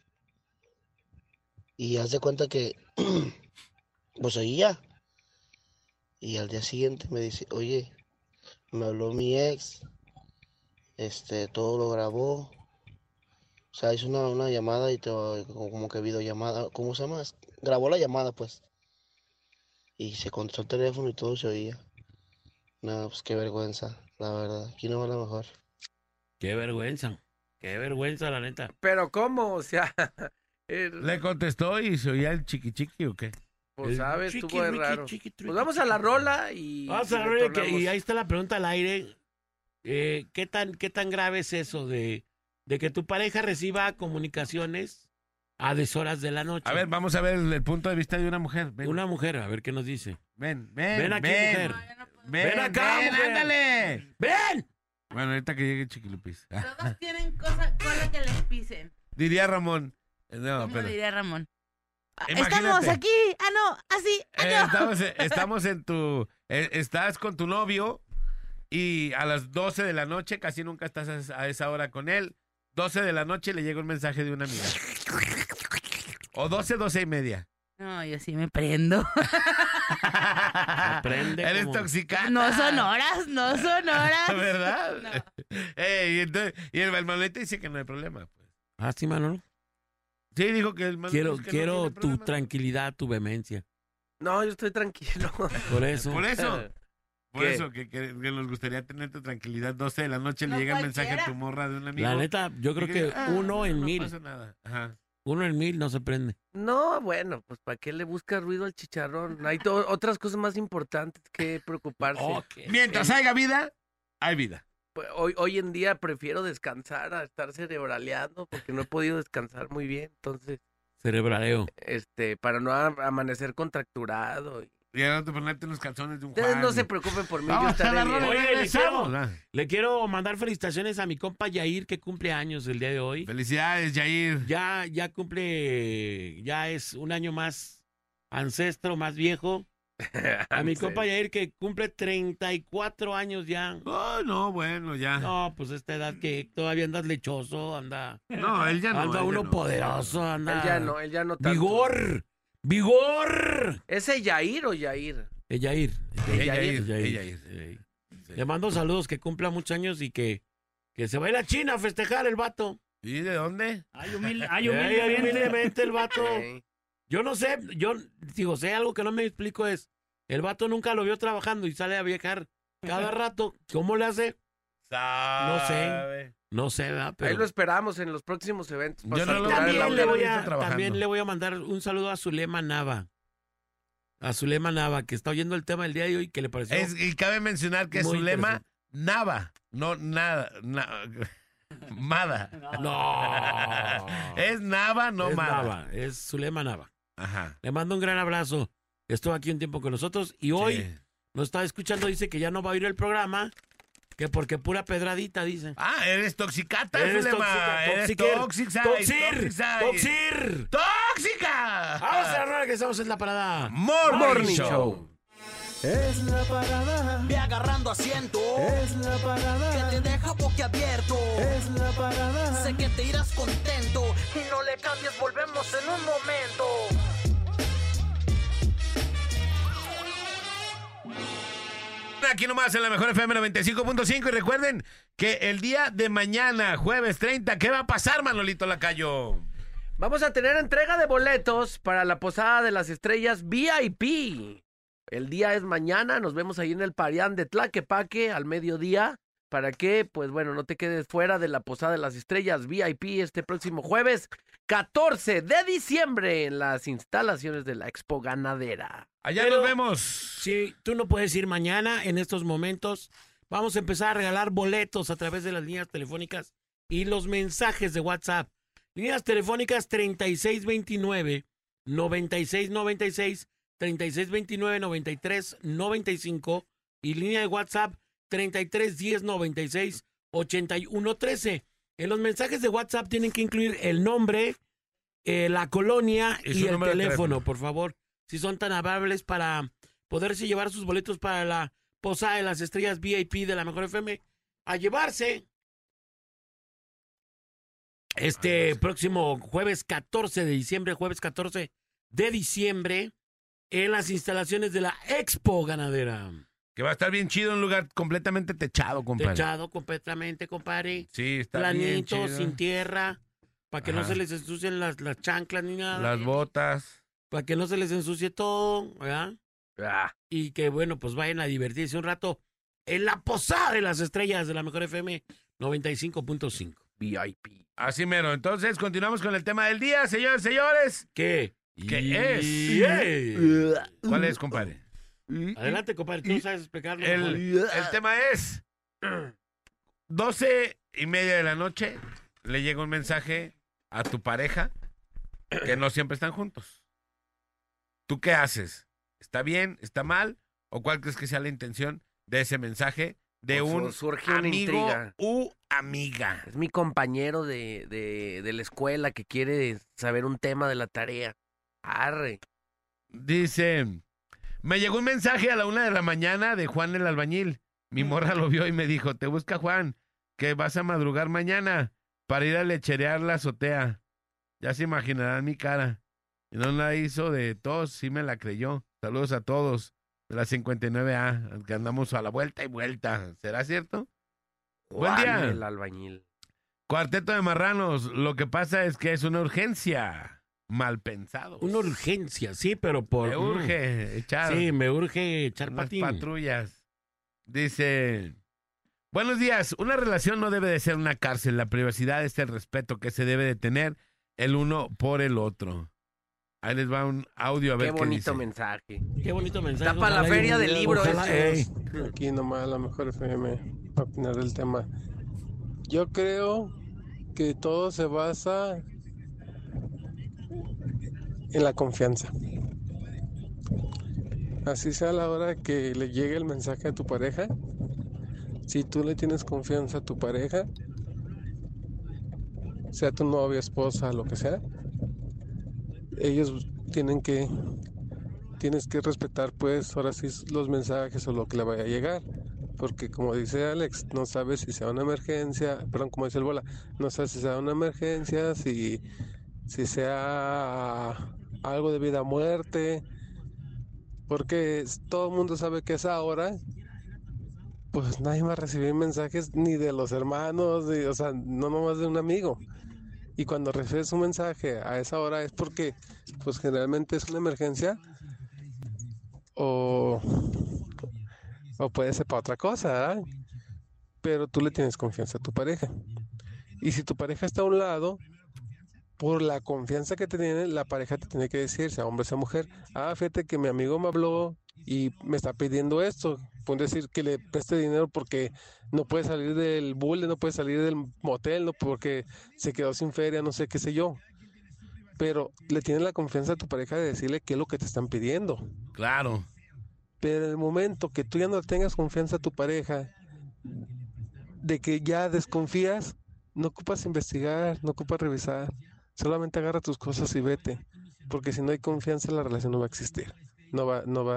Y haz de cuenta que pues oía. Y al día siguiente me dice, oye, me habló mi ex, todo lo grabó. O sea, hizo una llamada y como que videollamada, ¿cómo se llama? Grabó la llamada, pues. Y se contestó el teléfono y todo se oía. No, pues qué vergüenza, la verdad. Aquí no va la mejor. Qué vergüenza, la neta. Pero ¿cómo? O sea, Le contestó y se oía el chiqui o qué. pues sabes, Chiqui, estuvo de Ricky, raro. chiqui, Pues vamos a la rola y... Vamos a y la rola retornamos. y ahí está la pregunta al aire. ¿Qué tan grave es eso de que tu pareja reciba comunicaciones a deshoras de la noche? A ver, vamos a ver el punto de vista de una mujer. Ven, Una mujer, a ver qué nos dice. ven Ven aquí, mujer. Ven acá, mujer. ándale. ¡Ven! Bueno, ahorita que llegue Chiquilupis. Todos tienen cola que les pisen. Diría Ramón. No, ¿Cómo pero diría Ramón? Imagínate. Estamos aquí. Ah, no, así. estamos en tu... estás con tu novio y a las 12 de la noche, casi nunca estás a esa hora con él. 12 de la noche le llega un mensaje de una amiga. O 12:30. No, yo sí me prendo. Aprende. Eres como- toxicada. No son horas, no son horas. ¿Verdad? No. Y el Manolete dice que no hay problema. Pues. Ah, sí, Manolo. Sí, dijo que el Manolete dice que no Quiero tiene tu problema. tranquilidad, tu vehemencia. No, yo estoy tranquilo. Por eso. Por eso. Por ¿Qué? eso, que nos gustaría tener tu tranquilidad. 12 de la noche No le llega el mensaje a cualquiera. tu morra de un amigo. La neta, yo creo Y que uno en no 1000. pasa nada. Ajá. 1 en 1000 no se prende. No, bueno, pues ¿para qué le busca ruido al chicharrón? Hay otras cosas más importantes que preocuparse. Mientras haya vida, hay vida. Pues, hoy en día prefiero descansar a estar cerebraleando porque no he podido descansar muy bien. Entonces, Cerebraleo. para no amanecer contracturado. Y ahora te ponerte los calzones de un Ustedes Juan. no se preocupen por mí, yo Vamos a estaré la bien. rola y Oye, regresamos. Le quiero mandar felicitaciones a mi compa Yair, que cumple años el día de hoy. Felicidades, Yair. Ya es un año más ancestro, más viejo. A mi compa Yair, que cumple 34 años ya. Oh, no, bueno, ya. No, pues esta edad que todavía andas lechoso, anda No, él ya no. anda él ya uno no. poderoso, anda. Él ya no tanto. ¡Vigor! ¿Ese Yair o Yair? Yair. Yair. Le mando saludos, que cumpla muchos años y que se va a ir a China a festejar el vato. ¿Y de dónde? Ay, humildemente. humildemente el vato. Ok. Yo no sé, yo digo, sé algo que no me explico es, el vato nunca lo vio trabajando y sale a viajar cada rato. ¿Cómo le hace? Sabe. No sé, ¿verdad? Pero Ahí lo esperamos en los próximos eventos. para Yo no lo saturar el veo también, aula. trabajando. le voy a mandar un saludo a Zulema Nava. A Zulema Nava, que está oyendo el tema del día de hoy, que le pareció... Y cabe mencionar que Muy su lema, interesante. Nava, no nada, Mada. No. Es Nava, no es Mada. Nava, es Zulema Nava. Ajá. Le mando un gran abrazo. Estuvo aquí un tiempo con nosotros y hoy Sí. nos está escuchando, dice que ya no va a oír el programa, que porque pura pedradita, dice. Ah, eres toxicata, Eres Zulema. Eres toxiquer, toxicide, ¡Toxir! ¡Tóxica! Vamos a la hora que estamos en la parada. Morning Show. Es la parada. Ve agarrando asiento. Es la parada. Que te deja boquiabierto. Es la parada. Sé que te irás contento. Y no le cambies, volvemos en un momento. Aquí nomás en la mejor FM 95.5 y recuerden que el día de mañana, jueves 30, ¿qué va a pasar, Manolito Lacayo? Vamos a tener entrega de boletos para la Posada de las Estrellas VIP. El día es mañana, nos vemos ahí en el Parián de Tlaquepaque al mediodía. Para que, pues bueno, no te quedes fuera de la Posada de las Estrellas VIP este próximo jueves 14 de diciembre en las instalaciones de la Expo Ganadera. Allá Pero- nos vemos. Si tú no puedes ir mañana, en estos momentos, vamos a empezar a regalar boletos a través de las líneas telefónicas y los mensajes de WhatsApp. Líneas telefónicas 3629-9696, 3629-9395 y línea de WhatsApp 331096-8113. En los mensajes de WhatsApp tienen que incluir el nombre, la colonia Y y, su el número de teléfono, teléfono. por favor. Si son tan amables para poderse llevar sus boletos para la Posada de las Estrellas VIP de la Mejor FM, a llevarse este próximo jueves 14 de diciembre, en las instalaciones de la Expo Ganadera. Que va a estar bien chido, un lugar completamente techado, compadre. Techado completamente, compadre. Sí, está bien Planito, chido. sin tierra, para que no Ajá. se les ensucien las chanclas ni nada. Las botas. Para que no se les ensucie todo, ¿verdad? Ah, Y que, bueno, pues vayan a divertirse un rato en la Posada de las Estrellas de la Mejor FM 95.5. VIP. Así mero. Entonces, continuamos con el tema del día, señores, señores. ¿Qué? ¿Qué es? Yeah. ¿Cuál es, compadre? Adelante, compadre, tú sabes explicarlo. mejor. El tema es 12:30 de la noche. Le llega un mensaje a tu pareja que no siempre están juntos. ¿Tú qué haces? ¿Está bien? ¿Está mal? ¿O cuál crees que sea la intención de ese mensaje de Pues, un surge una amigo intriga. u amiga? Es mi compañero de la escuela que quiere saber un tema de la tarea. Arre. Dice, me llegó un mensaje a la 1 de la mañana de Juan el albañil. Mi morra lo vio y me dijo, te busca Juan, que vas a madrugar mañana para ir a lecherear la azotea. Ya se imaginarán mi cara. Y no la hizo de tos, sí me la creyó. Saludos a todos de la 59A, que andamos a la vuelta y vuelta. ¿Será cierto? Buen Juan día. el albañil. Cuarteto de marranos, lo que pasa es que es una urgencia. Mal pensado. Una urgencia, sí, pero por... Me urge echar. Sí, me urge echar Unas patín. patrullas. Dice, buenos días, una relación no debe de ser una cárcel, la privacidad es el respeto que se debe de tener el uno por el otro. Ahí les va un audio a ver Qué qué bonito dice. mensaje. Qué bonito mensaje. Está para la ojalá y- feria del libro ojalá- ese. ey. Aquí nomás la mejor FM para opinar del tema. Yo creo que todo se basa en la confianza. Así sea a la hora que le llegue el mensaje a tu pareja, si tú le tienes confianza a tu pareja, sea tu novia, esposa, lo que sea, ellos tienes que respetar pues ahora sí los mensajes o lo que le vaya a llegar, porque como dice Alex, no sabes si sea una emergencia, perdón, como dice el Bola, no sabes si sea una emergencia, si sea algo de vida o muerte, porque todo el mundo sabe que es ahora, pues nadie va a recibir mensajes ni de los hermanos, o sea, no nomás de un amigo. Y cuando recibes un mensaje a esa hora es porque, pues generalmente es una emergencia o puede ser para otra cosa, ¿verdad? Pero tú le tienes confianza a tu pareja. Y si tu pareja está a un lado, por la confianza que te tiene, la pareja te tiene que decir, sea hombre, sea mujer, fíjate que mi amigo me habló y me está pidiendo esto. Pueden decir que le preste dinero porque no puede salir del bule, no puede salir del motel, no porque se quedó sin feria, no sé qué sé yo. Pero le tienes la confianza a tu pareja de decirle qué es lo que te están pidiendo. Claro. Pero en el momento que tú ya no tengas confianza a tu pareja, de que ya desconfías, no ocupas investigar, no ocupas revisar. Solamente agarra tus cosas y vete. Porque si no hay confianza, la relación no va a existir. No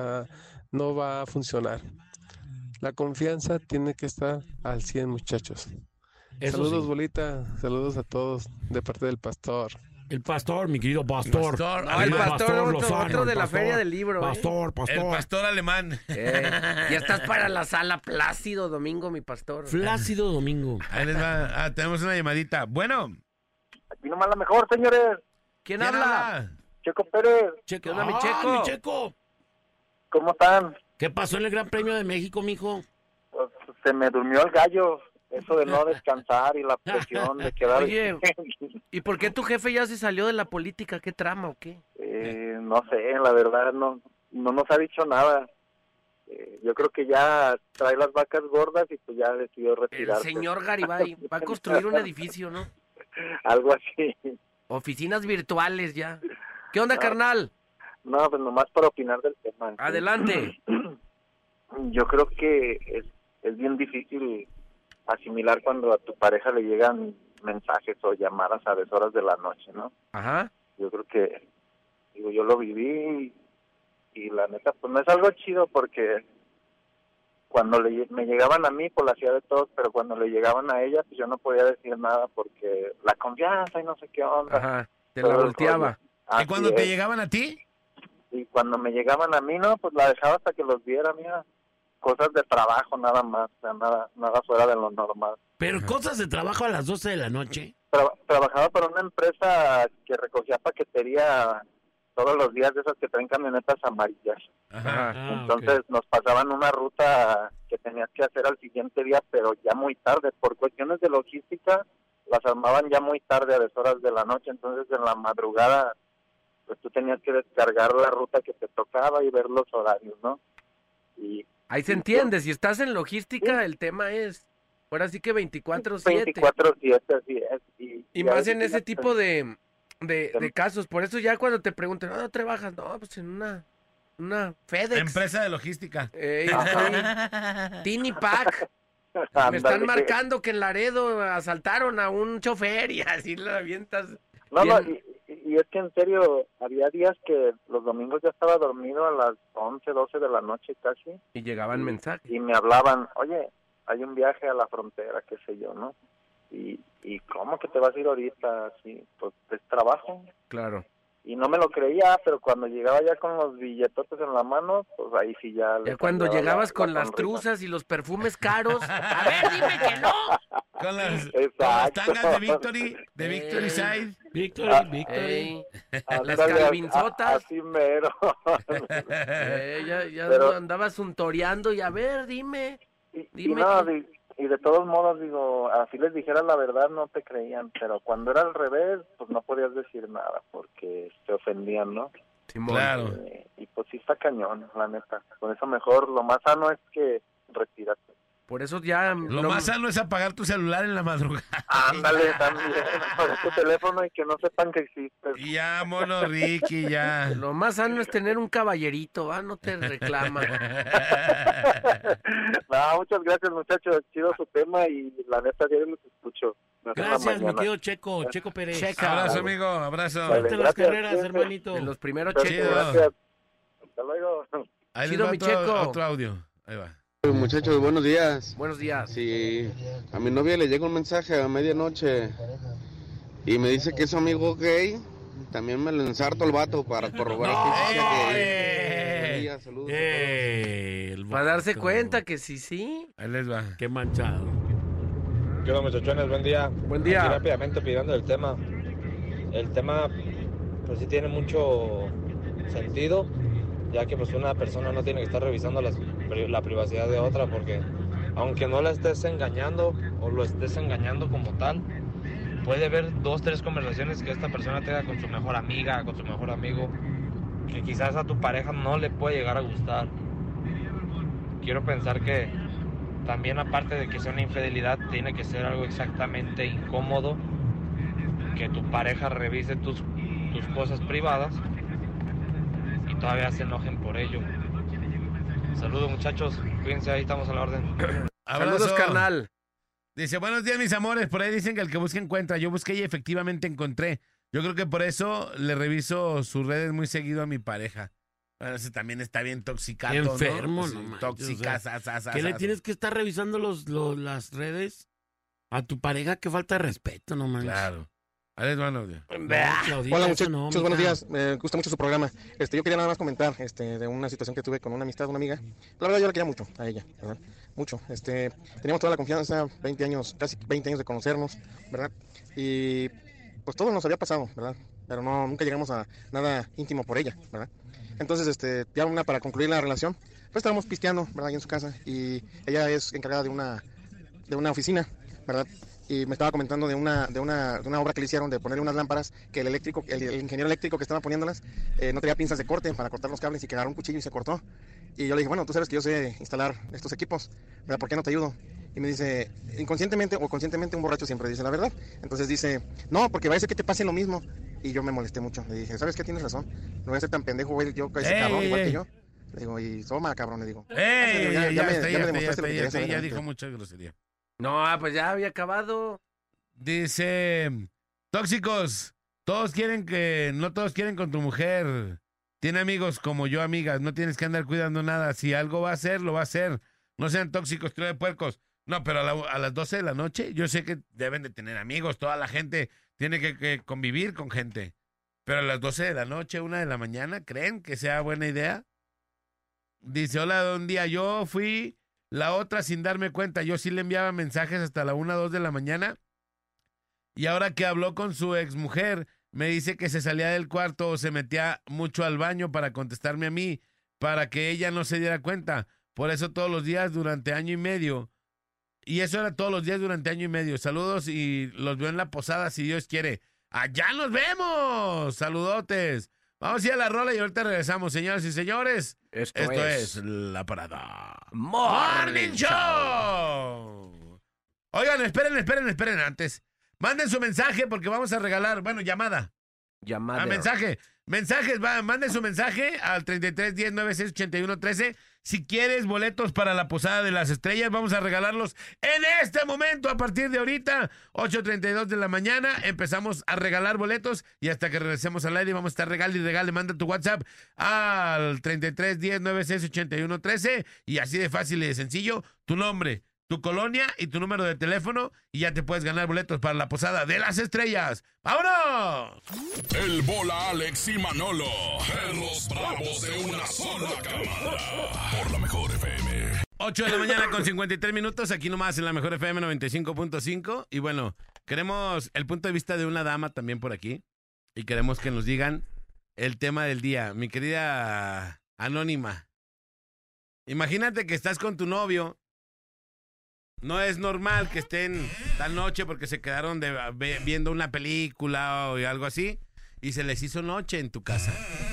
va a funcionar. La confianza tiene que estar al 100, muchachos. Eso Saludos, sí. bolita. Saludos a todos de parte del pastor. El pastor, mi querido pastor. Pastor, No, el pastor, Lozano, otro de el la pastor. feria del libro. Pastor, pastor. El pastor alemán. Ya estás para la sala Plácido Domingo, mi pastor. Flácido Domingo. Ahí les va. Tenemos una llamadita. Bueno. Aquí nomás la mejor, señores. ¿Quién habla? Checo Pérez. Checo. ¿Qué onda, mi ¡Ah, Checo? mi Checo! ¿Cómo están? ¿Qué pasó en el Gran Premio de México, mijo? Pues, se me durmió el gallo. Eso de no descansar y la presión de quedar... Oye, ¿y por qué tu jefe ya se salió de la política? ¿Qué trama o qué? No sé, la verdad no nos ha dicho nada. Yo creo que ya trae las vacas gordas y pues ya decidió El retirarse. señor Garibay va a construir un edificio, ¿no? Algo así. Oficinas virtuales ya. ¿Qué onda, carnal? No, pues nomás para opinar del tema. Adelante. Yo creo que es bien difícil asimilar cuando a tu pareja le llegan mensajes o llamadas a deshoras de la noche, ¿no? Ajá. Yo creo que, yo lo viví y la neta, pues no es algo chido porque cuando me llegaban a mí, pues la hacía de todos, pero cuando le llegaban a ella, pues yo no podía decir nada porque la confianza y no sé qué onda. Ajá, te la volteaba. ¿Y cuando te llegaban a ti? Y cuando me llegaban a mí, no, pues la dejaba hasta que los viera, mira. Cosas de trabajo nada más, o sea, nada fuera de lo normal. Pero cosas de trabajo a las 12 de la noche. Trabajaba para una empresa que recogía paquetería todos los días, de esas que traen camionetas amarillas. Ajá. Entonces nos pasaban una ruta que tenías que hacer al siguiente día, pero ya muy tarde. Por cuestiones de logística, las armaban ya muy tarde, a deshoras de la noche. Entonces en la madrugada, pues tú tenías que descargar la ruta que te tocaba y ver los horarios, ¿no? Y ahí se entiende, si estás en logística, el tema es, ahora sí que 24/7. 24/7, así es. Y más en ese tipo de casos, por eso ya cuando te preguntan, ¿dónde trabajas? No, pues en una FedEx. Empresa de logística. Tiny Pack. Me están marcando que en Laredo asaltaron a un chofer y así lo avientas. No, y es que en serio, había días que los domingos ya estaba dormido a las 11, 12 de la noche casi. Y llegaban mensajes. Y me hablaban, oye, hay un viaje a la frontera, qué sé yo, ¿no? Y ¿cómo que te vas a ir ahorita? Así, pues es trabajo. Claro. Y no me lo creía, pero cuando llegaba ya con los billetotes en la mano, pues ahí sí ya... Ya cuando llegabas con las truzas y los perfumes caros, a ver, dime que no. Con las tangas de Victory Side. Victory. Las calvinzotas. Así mero. Ya Pero, andabas untoreando y a ver, dime. Y de todos modos, digo, así les dijera la verdad, no te creían, pero cuando era al revés, pues no podías decir nada, porque se ofendían, ¿no? Simón. Claro. Y pues sí está cañón, la neta. Por eso mejor, lo más sano es que retírate. Por eso ya... Lo más sano es apagar tu celular en la madrugada. Ándale, también, apagar tu teléfono y que no sepan que existes. Ya, mono Ricky, ya. Lo más sano es tener un caballerito, ¿va? No te reclama. No, muchas gracias, muchachos. Chido su tema y la neta, ya los escucho. Gracias, mi tío Checo Pérez. Abrazo, amigo, abrazo. Suerte en las carreras, hermanito. En los primeros Chido. Checos. Gracias. Hasta luego. Ahí Chido, les va mi Checo. otro audio. Ahí va. Muchachos, buenos días. Buenos días. Sí, a mi novia le llega un mensaje a medianoche y me dice que es su amigo gay. También me lo ensarto el vato para corroborar que sí sea gay. Buen día, saludos. Para darse cuenta que sí. Ahí les va. Qué manchado. ¿Qué onda, muchachones? Buen día. Buen día. Aquí rápidamente pidiendo el tema. el tema pues sí tiene mucho sentido, ya que pues una persona no tiene que estar revisando la privacidad de otra, porque aunque no la estés engañando o lo estés engañando como tal, puede haber 2, 3 conversaciones que esta persona tenga con su mejor amiga, con su mejor amigo, que quizás a tu pareja no le puede llegar a gustar. Quiero pensar que también, aparte de que sea una infidelidad, tiene que ser algo exactamente incómodo, que tu pareja revise tus cosas privadas y todavía se enojen por ello. Saludos, muchachos, cuídense, ahí estamos a la orden. Saludos, carnal. Dice, buenos días, mis amores. Por ahí dicen que el que busca encuentra. Yo busqué y efectivamente encontré. Yo creo que por eso le reviso sus redes muy seguido a mi pareja. Bueno, ese también está bien toxicado, enfermo, ¿no? no Tóxica, manches, o sea, ¿qué le tienes que estar revisando las redes a tu pareja? Qué falta de respeto, no manches. Claro. Hola, muchachos, buenos días. Me gusta mucho su programa. Yo quería nada más comentar de una situación que tuve con una amistad, una amiga. La verdad, yo la quería mucho a ella, ¿verdad? Mucho. Teníamos toda la confianza, 20 años, casi 20 años de conocernos, ¿verdad? Y pues todo nos había pasado, ¿verdad? Pero nunca llegamos a nada íntimo por ella, ¿verdad? Entonces, ya para concluir la relación, pues estábamos pisteando, ¿verdad? Ahí en su casa, y ella es encargada de una oficina, ¿verdad? Y me estaba comentando de una obra que le hicieron de ponerle unas lámparas que el ingeniero eléctrico que estaba poniéndolas no tenía pinzas de corte para cortar los cables y quedaron un cuchillo y se cortó. Y yo le dije, bueno, tú sabes que yo sé instalar estos equipos, ¿verdad? ¿Por qué no te ayudo? Y me dice, inconscientemente o conscientemente, un borracho siempre dice la verdad. Entonces dice, no, porque va a ser que te pase lo mismo. Y yo me molesté mucho. Le dije, ¿sabes qué? Tienes razón. No voy a ser tan pendejo, güey, yo, ese cabrón, igual que yo. Le digo, y toma, cabrón, le digo. Ya dijo mucha grosería. No, pues ya había acabado. Dice, tóxicos, no todos quieren con tu mujer. Tiene amigos como yo, amigas. No tienes que andar cuidando nada. Si algo va a hacer, lo va a hacer. No sean tóxicos, trío de puercos. No, pero a las 12 de la noche, yo sé que deben de tener amigos. Toda la gente tiene que convivir con gente. Pero a las 12 de la noche, 1 de la mañana, ¿creen que sea buena idea? Dice, hola, un día yo fui la otra sin darme cuenta. Yo sí le enviaba mensajes hasta la 1, 2 de la mañana. Y ahora que habló con su exmujer, me dice que se salía del cuarto o se metía mucho al baño para contestarme a mí, para que ella no se diera cuenta. Por eso todos los días durante año y medio. Y eso era todos los días durante año y medio. Saludos y los veo en la posada si Dios quiere. ¡Allá nos vemos! ¡Saludotes! Vamos a ir a la rola y ahorita regresamos, señoras y señores. Esto es La Parada Morning Show. Oigan, esperen antes. Manden su mensaje porque vamos a regalar, llamada. Mensajes, manden su mensaje al 3310968113. Si quieres boletos para la Posada de las Estrellas, vamos a regalarlos en este momento, a partir de ahorita, 8:32 de la mañana. Empezamos a regalar boletos y hasta que regresemos al aire vamos a estar regale. Manda tu WhatsApp al 3310968113 y así de fácil y de sencillo, tu nombre, tu colonia y tu número de teléfono y ya te puedes ganar boletos para la Posada de las Estrellas. ¡Vámonos! El Bola, Alex y Manolo, perros bravos de una sola cámara. Por la Mejor FM. 8 de la mañana con 53 minutos, aquí nomás en la Mejor FM 95.5. Y bueno, queremos el punto de vista de una dama también por aquí. Y queremos que nos digan el tema del día. Mi querida Anónima, imagínate que estás con tu novio. No es normal que estén tal noche porque se quedaron viendo una película o algo así y se les hizo noche en tu casa.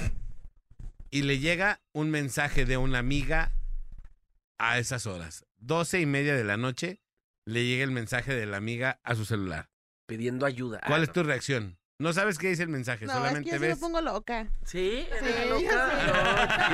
Y le llega un mensaje de una amiga a esas horas. 12:30 de la noche le llega el mensaje de la amiga a su celular. Pidiendo ayuda. ¿Cuál es tu reacción? No sabes qué dice el mensaje, No, solamente es que yo ves. sí me pongo loca. ¿Sí? Sí, ¿Loca?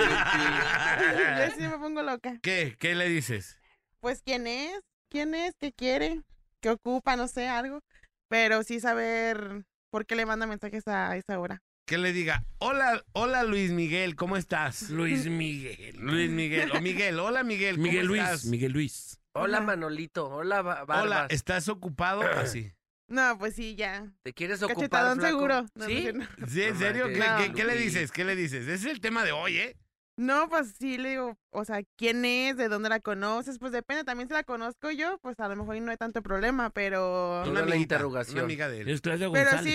yo sí me pongo loca. ¿Qué? ¿Qué le dices? Pues, ¿quién es? ¿Qué quiere? ¿Qué ocupa? No sé, algo. Pero sí saber por qué le manda mensajes a esa hora. Que le diga, hola Luis Miguel, ¿cómo estás? Luis Miguel. O Miguel, hola Miguel, ¿cómo estás? Miguel Luis. Hola Manolito, hola Barbas. Hola, ¿estás ocupado? Así. No, pues sí, ya. ¿Te quieres ocupar, Cachetadón flaco? seguro. No, ¿Sí? no. ¿Sí? ¿En serio? No, ¿Qué le dices? ¿Qué le dices? Ese es el tema de hoy, ¿eh? No, pues sí, le digo, o sea, ¿quién es? ¿De dónde la conoces? Pues depende, también si la conozco yo, pues a lo mejor no hay tanto problema, pero... Una interrogación. Una amiga de él. Es Claudia Pero González. sí,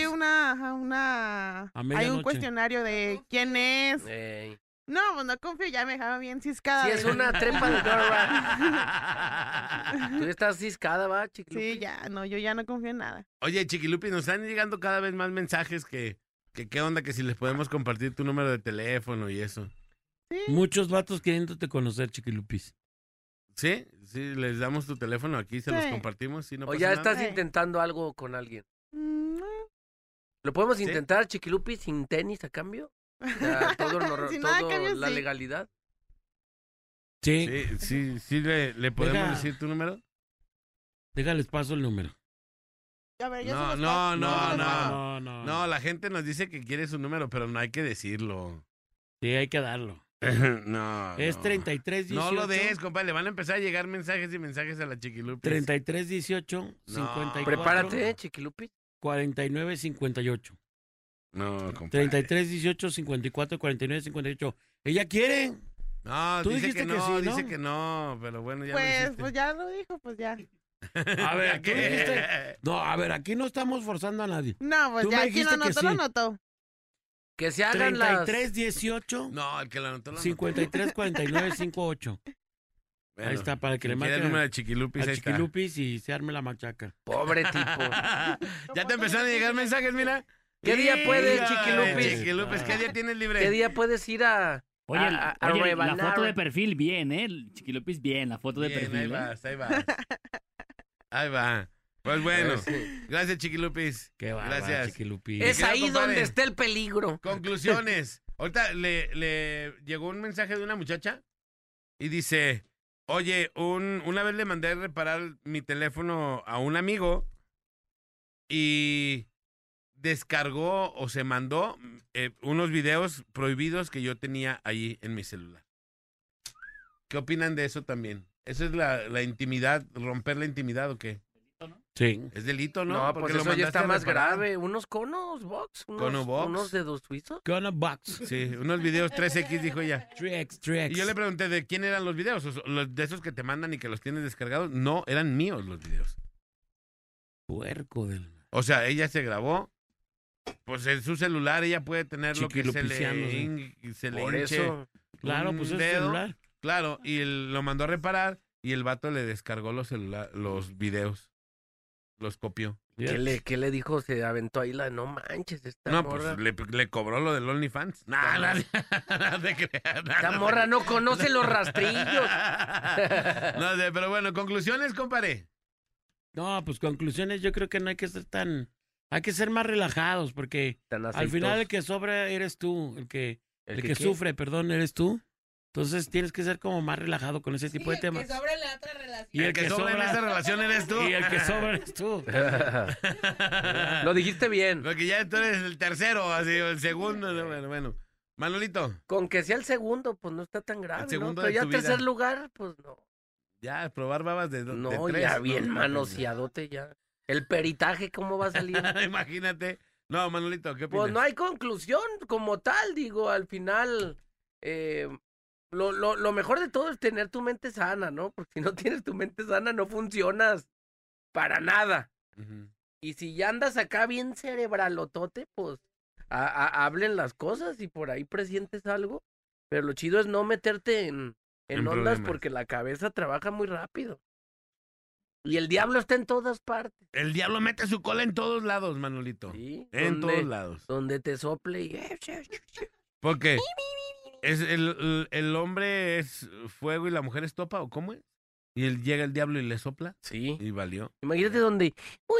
A hay medianoche. un cuestionario de quién es. Ey. No, pues no confío, ya me dejaba bien ciscada. Sí, es una trepa de Dora. Tú estás ciscada, ¿va, Chiquilupi? Sí, ya, no, yo ya no confío en nada. Oye, Chiquilupi, nos están llegando cada vez más mensajes que qué onda, que si les podemos compartir tu número de teléfono y eso. Sí. Muchos vatos queriéndote conocer, Chiquilupis. ¿Sí? Sí, les damos tu teléfono aquí, se los Sí. compartimos. ¿Sí, no ¿O pasa ya nada? estás Sí. intentando algo con alguien? No. ¿Lo podemos ¿Sí? intentar, Chiquilupi, sin tenis a cambio? Ya, todo Sin nada a todo cambio, la sí. legalidad. Sí. Sí, le podemos Deja- decir tu número. Déjales paso el número. A ver, yo No, se los no, paso. no, se los no. paso. No, la gente nos dice que quiere su número, pero no hay que decirlo. Sí, hay que darlo. No. Es no. 3318. No lo des, compadre. Le van a empezar a llegar mensajes y mensajes a la Chiquilupi. 3318 54. Prepárate, Chiquilupi. 4958. No, compadre. 3318 54 49 58. ¿Ella quiere? No, Tú dice dijiste que que no, sí, ¿no? dice que no, pero bueno, ya lo Pues, hiciste. pues ya lo dijo, pues ya. A ver, ¿tú ¿Qué? dijiste? No, a ver, aquí no estamos forzando a nadie. No, pues Tú ya me aquí lo dijiste que anotó, sí. lo anotó. Que se hagan las... 3318 No, el que lo anotó lo anotó. 53 49 58. Bueno, Ahí está, para que le si marque quiere el número de Chiquilupis, a ahí está. Chiquilupis y se arme la machaca. Pobre tipo. Ya te empezaron a llegar mensajes, mira. ¿Qué día puedes, Híjole, Chiquilupis? Chiquilupis, ¿qué día tienes libre? ¿Qué día puedes ir a... Oye, a oye, la rebanar? foto de perfil bien, ¿eh? El Chiquilupis bien, la foto de Bien, perfil. ahí ¿eh? vas, ahí vas. Ahí va. Pues bueno, Sí. gracias, Chiquilupis. Qué bárbaro, Gracias. Chiquilupis. Es querido ahí compadre. donde está el peligro. Conclusiones. Ahorita le llegó un mensaje de una muchacha y dice, oye, una vez le mandé a reparar mi teléfono a un amigo y descargó o se mandó unos videos prohibidos que yo tenía ahí en mi celular. ¿Qué opinan de eso también? ¿Eso es la intimidad, romper la intimidad o qué? Sí. Es delito, ¿no? No, Porque pues eso ya mandaste está a más reparar. grave. Unos conos box. Cono box. Unos dedos suizos. Gonna box. Sí, unos videos 3X, dijo ella. 3X. Y yo le pregunté de quién eran los videos, los de esos que te mandan y que los tienes descargados. No, eran míos los videos. Puerco del... O sea, ella se grabó, pues en su celular ella puede tener lo que Chiquilupiciándose. se le Por hinche eso. Claro, un pues es dedo. celular. Claro, y lo mandó a reparar y el vato le descargó los videos. Los copió. ¿Qué le dijo? Se aventó ahí la... No manches, esta No, morra. pues le cobró lo del OnlyFans. No te creas. Esta morra no conoce los rastrillos. No sé, pero bueno, conclusiones, compadre. No, pues conclusiones, yo creo que no hay que ser tan... Hay que ser más relajados porque Tan al aceitosos. final el que sobra eres tú, el que qué? sufre, perdón, eres tú. Entonces tienes que ser como más relajado con ese tipo de temas. Que sobre la otra relación. Y el que sobra en esa relación eres tú. Y el que sobra eres tú. Lo dijiste bien. Porque ya tú eres el tercero, así, o el segundo. ¿no? Bueno. Manolito, Con que sea el segundo, pues no está tan grave, El segundo ¿no? Pero de ya tu tercer vida. lugar, pues no. ya probar babas de No, tres. ya ¿no? bien manoseadote ya. El peritaje, ¿cómo va a salir? Imagínate. No, Manolito, ¿qué opinas? Pues no hay conclusión como tal, digo, al final, lo mejor de todo es tener tu mente sana, ¿no? Porque si no tienes tu mente sana no funcionas para nada. Ujú. Y si ya andas acá bien cerebralotote, pues hablen las cosas y por ahí presientes algo. Pero lo chido es no meterte en ondas problemas. porque la cabeza trabaja muy rápido. Y el diablo está en todas partes. El diablo mete su cola en todos lados, Manolito. ¿Sí? En Donde- todos lados. Donde te sople y... Porque es el hombre es fuego y la mujer es topa, ¿o cómo es? Y llega el diablo y le sopla. Sí. Y valió. Imagínate donde...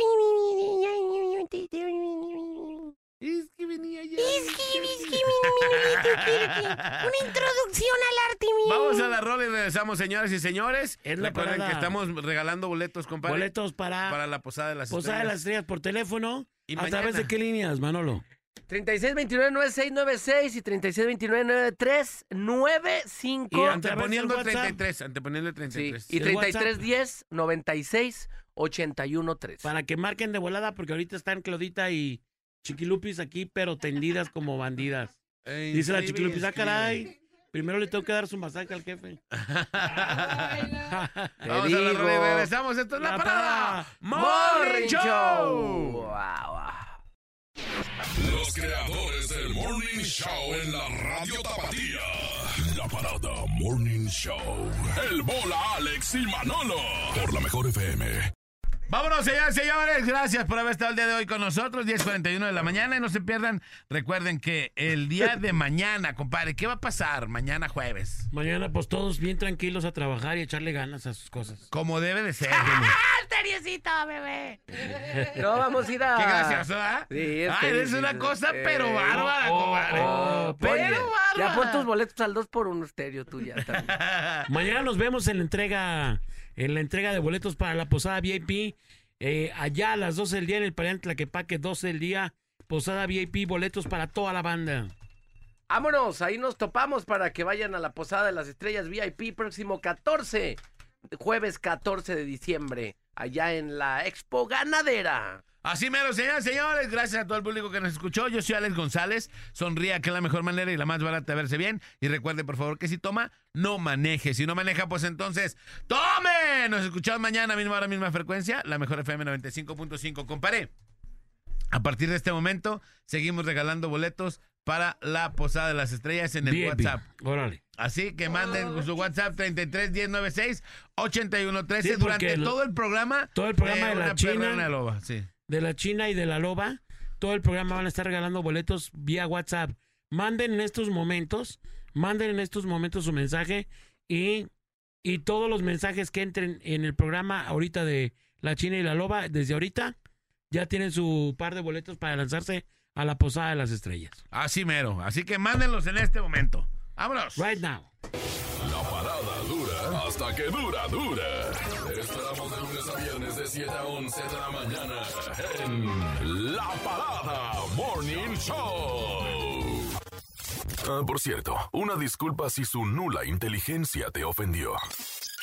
Es que venía ya. Una introducción al arte, mi. Vamos a la rola y regresamos, señoras y señores. Es la Recuerden parada. que estamos regalando boletos, compadre. Boletos para la Posada de las Posada de Estrellas. las Estrellas por teléfono. Y ¿A mañana. través de qué líneas, Manolo? 3629-9696 y 3629-9395. Y Anteponiendo el ¿A través del 33. Anteponiendo el 33. Sí, y el WhatsApp. 3310-9681-3. Para que marquen de volada, porque ahorita están Claudita y Chiquilupis aquí, pero tendidas como bandidas. Dice la Chiquilupis, ah, caray, Primero le tengo que dar su masaje al jefe. Vamos a la rola y regresamos. Esto es La Parada Morning Show. Los creadores del Morning Show en la Radio Tapatía. La Parada Morning Show. El Bola, Alex y Manolo. Por la Mejor FM. Vámonos, señores, señores. Gracias por haber estado el día de hoy con nosotros. 10:41 de la mañana. Y no se pierdan. Recuerden que el día de mañana, compadre, ¿qué va a pasar mañana jueves? Mañana, pues todos bien tranquilos a trabajar y echarle ganas a sus cosas. Como debe de ser. ¡Teriecito, bebé! No, vamos a ir a... Qué gracioso, ¿ah? Sí, es una cosa, pero bárbara, compadre. Pero ya pon tus boletos al 2x1 estéreo tú ya también. Mañana nos vemos en la entrega de boletos para la posada VIP. Allá a las 12 del día en el Parián Tlaquepaque, 12 del día, posada VIP, boletos para toda la banda. Vámonos, ahí nos topamos para que vayan a la Posada de las Estrellas VIP próximo jueves 14 de diciembre, allá en la Expo Ganadera. Así mero, señores, señores, gracias a todo el público que nos escuchó. Yo soy Alex González. Sonría, que es la mejor manera y la más barata de verse bien. Y recuerde, por favor, que si toma, no maneje. Si no maneja, pues entonces, ¡tome! Nos escuchamos mañana, misma hora, misma frecuencia. La Mejor FM 95.5. Comparé. A partir de este momento, seguimos regalando boletos para la Posada de las Estrellas en el VIP. WhatsApp. Órale. Así que manden su WhatsApp 33 1096 8113 Sí, durante todo el programa. Todo el programa de la China. Una loba, sí. De la China y de la Loba, todo el programa van a estar regalando boletos vía WhatsApp. Manden en estos momentos su mensaje y todos los mensajes que entren en el programa ahorita de la China y la Loba, desde ahorita ya tienen su par de boletos para lanzarse a la Posada de las Estrellas. Así mero, así que mándenlos en este momento. ¡Vámonos! Right now. La parada dura hasta que dura. Esperamos de lunes a viernes de 7 a 11 de la mañana en La Parada Morning Show. Por cierto, una disculpa si su nula inteligencia te ofendió.